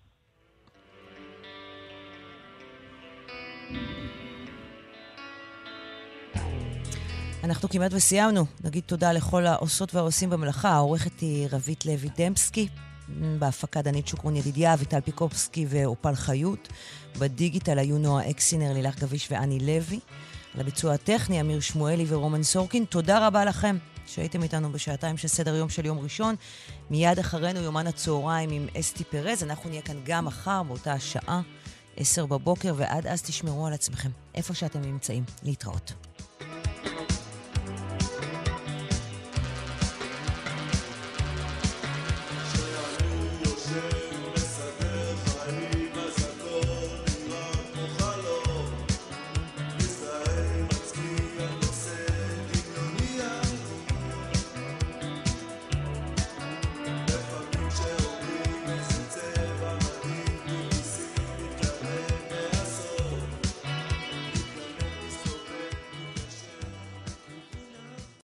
אנחנו כמעט וסיימנו. נגיד תודה לכל העושות והעושים במלאכה. העורכת היא רבית לוי דמסקי, בהפקה דנית שוקרון ידידיה, ויטל פיקובסקי ואופל חיות. בדיגיטל היו נועה אקסינר, לילך גביש ואני לוי. על הביצוע הטכני, אמיר שמואלי ורומן סורקין. תודה רבה לכם שהייתם איתנו בשעתיים של סדר יום של יום ראשון. מיד אחרינו יומן הצהריים עם אסתי פרז. אנחנו נהיה כאן גם מחר באותה השעה, 10 בבוקר, ועד אז תשמרו על עצמכם איפה שאתם נמצאים. להתראות.